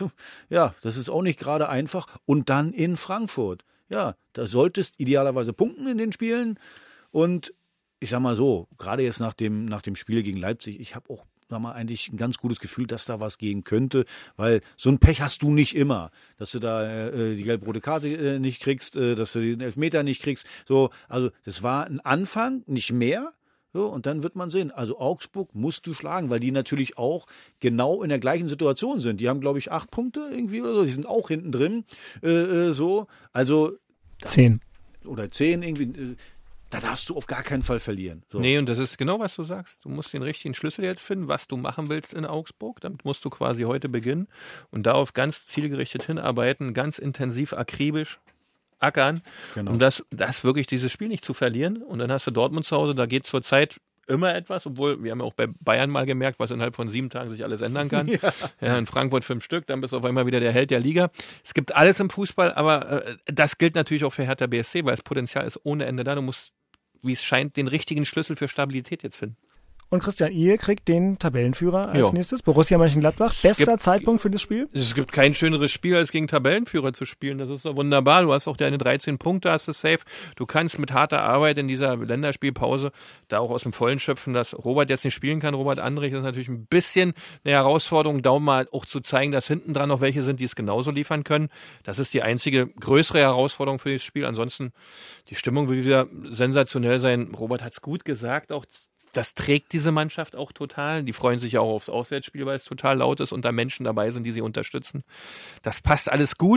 ja, das ist auch nicht gerade einfach. Und dann in Frankfurt. Ja, da solltest idealerweise punkten in den Spielen und ich sag mal so, gerade jetzt nach dem, nach dem Spiel gegen Leipzig, ich habe auch sag mal, eigentlich ein ganz gutes Gefühl, dass da was gehen könnte, weil so ein Pech hast du nicht immer, dass du da äh, die gelb-rote Karte äh, nicht kriegst, äh, dass du den Elfmeter nicht kriegst. So, also das war ein Anfang, nicht mehr. So, und dann wird man sehen. Also Augsburg musst du schlagen, weil die natürlich auch genau in der gleichen Situation sind. Die haben, glaube ich, acht Punkte irgendwie oder so. Die sind auch hinten drin. Äh, äh, so, also zehn. Oder zehn irgendwie. Äh, Da darfst du auf gar keinen Fall verlieren. So. Nee, und das ist genau, was du sagst. Du musst den richtigen Schlüssel jetzt finden, was du machen willst in Augsburg. Damit musst du quasi heute beginnen und darauf ganz zielgerichtet hinarbeiten, ganz intensiv, akribisch ackern, Genau. um das, das wirklich dieses Spiel nicht zu verlieren. Und dann hast du Dortmund zu Hause, da geht zurzeit immer etwas, obwohl wir haben ja auch bei Bayern mal gemerkt, was innerhalb von sieben Tagen sich alles ändern kann. Ja. Ja, in Frankfurt fünf Stück, dann bist du auf einmal wieder der Held der Liga. Es gibt alles im Fußball, aber äh, das gilt natürlich auch für Hertha B S C, weil das Potenzial ist ohne Ende da. Du musst, wie es scheint, den richtigen Schlüssel für Stabilität jetzt finden. Und Christian, ihr kriegt den Tabellenführer als Jo. nächstes. Borussia Mönchengladbach. Bester gibt- Zeitpunkt für das Spiel? Es gibt kein schöneres Spiel, als gegen Tabellenführer zu spielen. Das ist doch wunderbar. Du hast auch deine dreizehn Punkte, hast du safe. Du kannst mit harter Arbeit in dieser Länderspielpause da auch aus dem Vollen schöpfen, dass Robert jetzt nicht spielen kann. Robert Andrich ist natürlich ein bisschen eine Herausforderung, da mal auch zu zeigen, dass hinten dran noch welche sind, die es genauso liefern können. Das ist die einzige größere Herausforderung für dieses Spiel. Ansonsten, die Stimmung wird wieder sensationell sein. Robert hat es gut gesagt, auch das trägt diese Mannschaft auch total. Die freuen sich ja auch aufs Auswärtsspiel, weil es total laut ist und da Menschen dabei sind, die sie unterstützen. Das passt alles gut,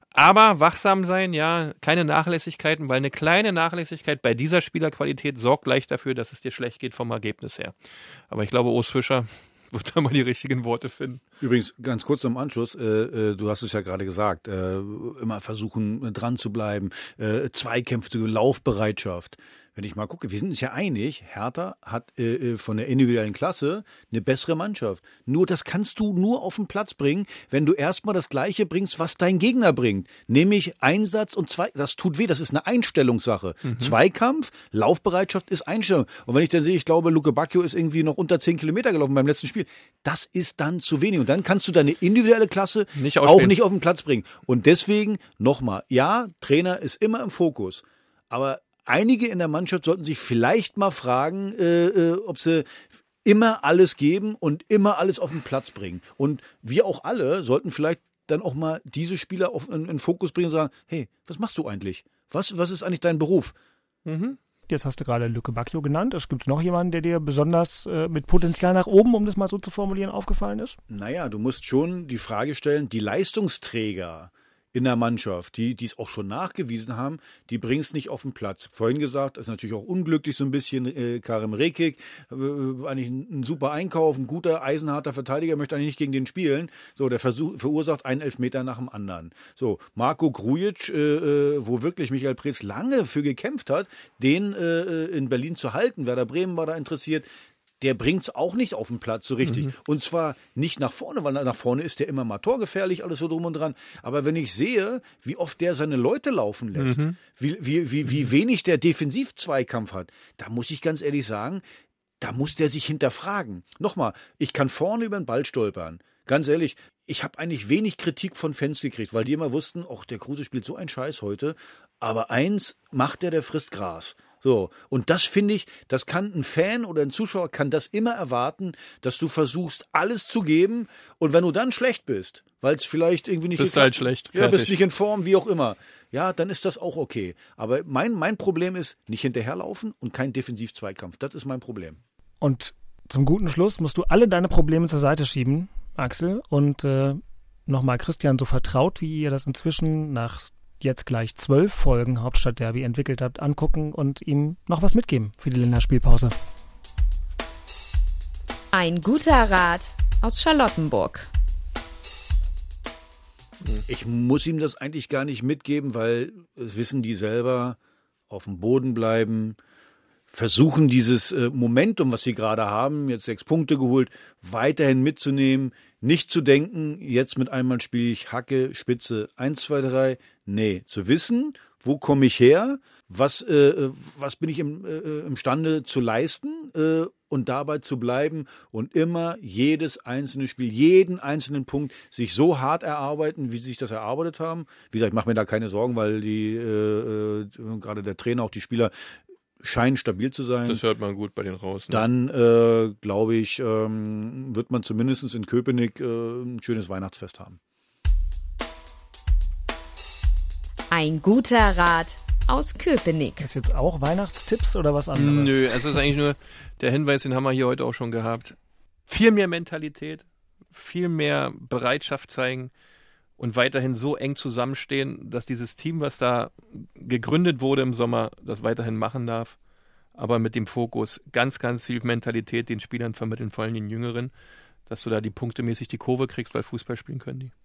Aber wachsam sein, ja, keine Nachlässigkeiten, weil eine kleine Nachlässigkeit bei dieser Spielerqualität sorgt gleich dafür, dass es dir schlecht geht vom Ergebnis her. Aber ich glaube, Urs Fischer wird da mal die richtigen Worte finden. Übrigens, ganz kurz zum Anschluss, äh, äh, du hast es ja gerade gesagt, äh, immer versuchen, äh, dran zu bleiben, äh, Zweikämpfe, Laufbereitschaft. Wenn ich mal gucke, wir sind uns ja einig, Hertha hat äh, von der individuellen Klasse eine bessere Mannschaft. Nur das kannst du nur auf den Platz bringen, wenn du erstmal das Gleiche bringst, was dein Gegner bringt. Nämlich Einsatz und zwei, das tut weh, das ist eine Einstellungssache. Mhm. Zweikampf, Laufbereitschaft ist Einstellung. Und wenn ich dann sehe, ich glaube, Luke Bacchio ist irgendwie noch unter zehn Kilometer gelaufen beim letzten Spiel, das ist dann zu wenig. Und dann kannst du deine individuelle Klasse nicht auch nicht auf den Platz bringen. Und deswegen nochmal, ja, Trainer ist immer im Fokus, aber einige in der Mannschaft sollten sich vielleicht mal fragen, äh, äh, ob sie immer alles geben und immer alles auf den Platz bringen. Und wir auch alle sollten vielleicht dann auch mal diese Spieler auf, in, in Fokus bringen und sagen, hey, was machst du eigentlich? Was, was ist eigentlich dein Beruf? Mhm. Jetzt hast du gerade Luke Bacchio genannt. Es gibt noch jemanden, der dir besonders äh, mit Potenzial nach oben, um das mal so zu formulieren, aufgefallen ist? Naja, du musst schon die Frage stellen, die Leistungsträger in der Mannschaft, die die es auch schon nachgewiesen haben, die bringen es nicht auf den Platz. Vorhin gesagt, ist natürlich auch unglücklich so ein bisschen, äh, Karim Rekik, äh, eigentlich ein, ein super Einkauf, ein guter, eisenharter Verteidiger, möchte eigentlich nicht gegen den spielen. So, der Versuch, verursacht einen Elfmeter nach dem anderen. So, Marko Grujic, äh, wo wirklich Michael Preetz lange für gekämpft hat, den äh, in Berlin zu halten. Werder Bremen war da interessiert. Der bringt's auch nicht auf den Platz so richtig. Mhm. Und zwar nicht nach vorne, weil nach vorne ist der immer mal torgefährlich, alles so drum und dran. Aber wenn ich sehe, wie oft der seine Leute laufen lässt, mhm. wie, wie, wie, wie wenig der Defensiv-Zweikampf hat, da muss ich ganz ehrlich sagen, da muss der sich hinterfragen. Nochmal, ich kann vorne über den Ball stolpern. Ganz ehrlich, ich habe eigentlich wenig Kritik von Fans gekriegt, weil die immer wussten, ach, der Kruse spielt so einen Scheiß heute. Aber eins macht der, der frisst Gras. So, und das finde ich, das kann ein Fan oder ein Zuschauer kann das immer erwarten, dass du versuchst, alles zu geben und wenn du dann schlecht bist, weil es vielleicht irgendwie nicht... Bist halt schlecht, ja, bist nicht in Form, wie auch immer. Ja, dann ist das auch okay. Aber mein, mein Problem ist, nicht hinterherlaufen und kein Defensiv-Zweikampf. Das ist mein Problem. Und zum guten Schluss musst du alle deine Probleme zur Seite schieben, Axel, und äh, nochmal Christian, so vertraut, wie ihr das inzwischen nach jetzt gleich zwölf Folgen Hauptstadtderby entwickelt habt, angucken und ihm noch was mitgeben für die Länderspielpause. Ein guter Rat aus Charlottenburg. Ich muss ihm das eigentlich gar nicht mitgeben, weil es wissen die selber, auf dem Boden bleiben, versuchen dieses äh, Momentum, was sie gerade haben, jetzt sechs Punkte geholt, weiterhin mitzunehmen, nicht zu denken, jetzt mit einmal spiele ich Hacke, Spitze, eins, zwei, drei. Nee, zu wissen, wo komme ich her, was, äh, was bin ich im, äh, imstande zu leisten äh, und dabei zu bleiben und immer jedes einzelne Spiel, jeden einzelnen Punkt sich so hart erarbeiten, wie sie sich das erarbeitet haben. Wie gesagt, ich mache mir da keine Sorgen, weil die äh, äh, gerade der Trainer, auch die Spieler scheinen stabil zu sein. Das hört man gut bei den raus. Ne? Dann, äh, glaube ich, ähm, wird man zumindest in Köpenick äh, ein schönes Weihnachtsfest haben. Ein guter Rat aus Köpenick. Ist jetzt auch Weihnachtstipps oder was anderes? Nö, es ist eigentlich nur der Hinweis, den haben wir hier heute auch schon gehabt. Viel mehr Mentalität, viel mehr Bereitschaft zeigen und weiterhin so eng zusammenstehen, dass dieses Team, was da gegründet wurde im Sommer, das weiterhin machen darf. Aber mit dem Fokus ganz, ganz viel Mentalität den Spielern vermitteln, vor allem den Jüngeren, dass du da die punktemäßig die Kurve kriegst, weil Fußball spielen können die.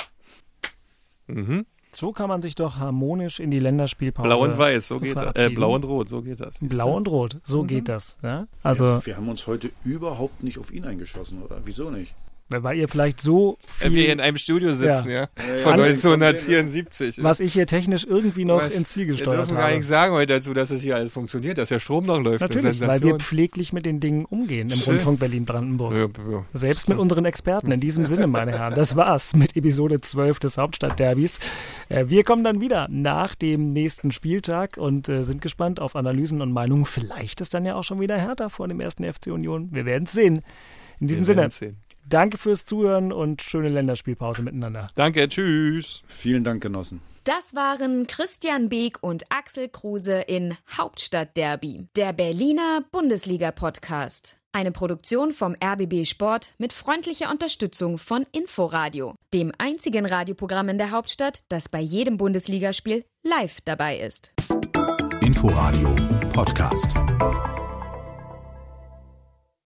Mhm. So kann man sich doch harmonisch in die Länderspielpause Blau und Weiß, so geht das. Äh, Blau und Rot, so geht das. Blau und Rot, so mhm. geht das. Ja? Also ja, wir haben uns heute überhaupt nicht auf ihn eingeschossen, oder? Wieso nicht? Weil ihr vielleicht so viel... Wenn wir hier in einem Studio sitzen, ja. ja. Von neunzehnhundertvierundsiebzig. Was ich hier technisch irgendwie noch Was, ins Ziel gesteuert habe. Wir dürfen gar nicht sagen heute dazu, dass es hier alles funktioniert, dass der Strom noch läuft. Natürlich, weil wir pfleglich mit den Dingen umgehen im Rundfunk Berlin-Brandenburg. Ja, ja. Selbst mit unseren Experten. In diesem Sinne, meine Herren, das war's mit Episode zwölf des Hauptstadtderbys. Wir kommen dann wieder nach dem nächsten Spieltag und sind gespannt auf Analysen und Meinungen. Vielleicht ist dann ja auch schon wieder Hertha vor dem ersten F C Union. Wir werden es sehen. In diesem wir Sinne. Danke fürs Zuhören und schöne Länderspielpause miteinander. Danke, tschüss. Vielen Dank, Genossen. Das waren Christian Beek und Axel Kruse in Hauptstadtderby, der Berliner Bundesliga-Podcast. Eine Produktion vom R B B Sport mit freundlicher Unterstützung von Inforadio, dem einzigen Radioprogramm in der Hauptstadt, das bei jedem Bundesligaspiel live dabei ist. Inforadio Podcast.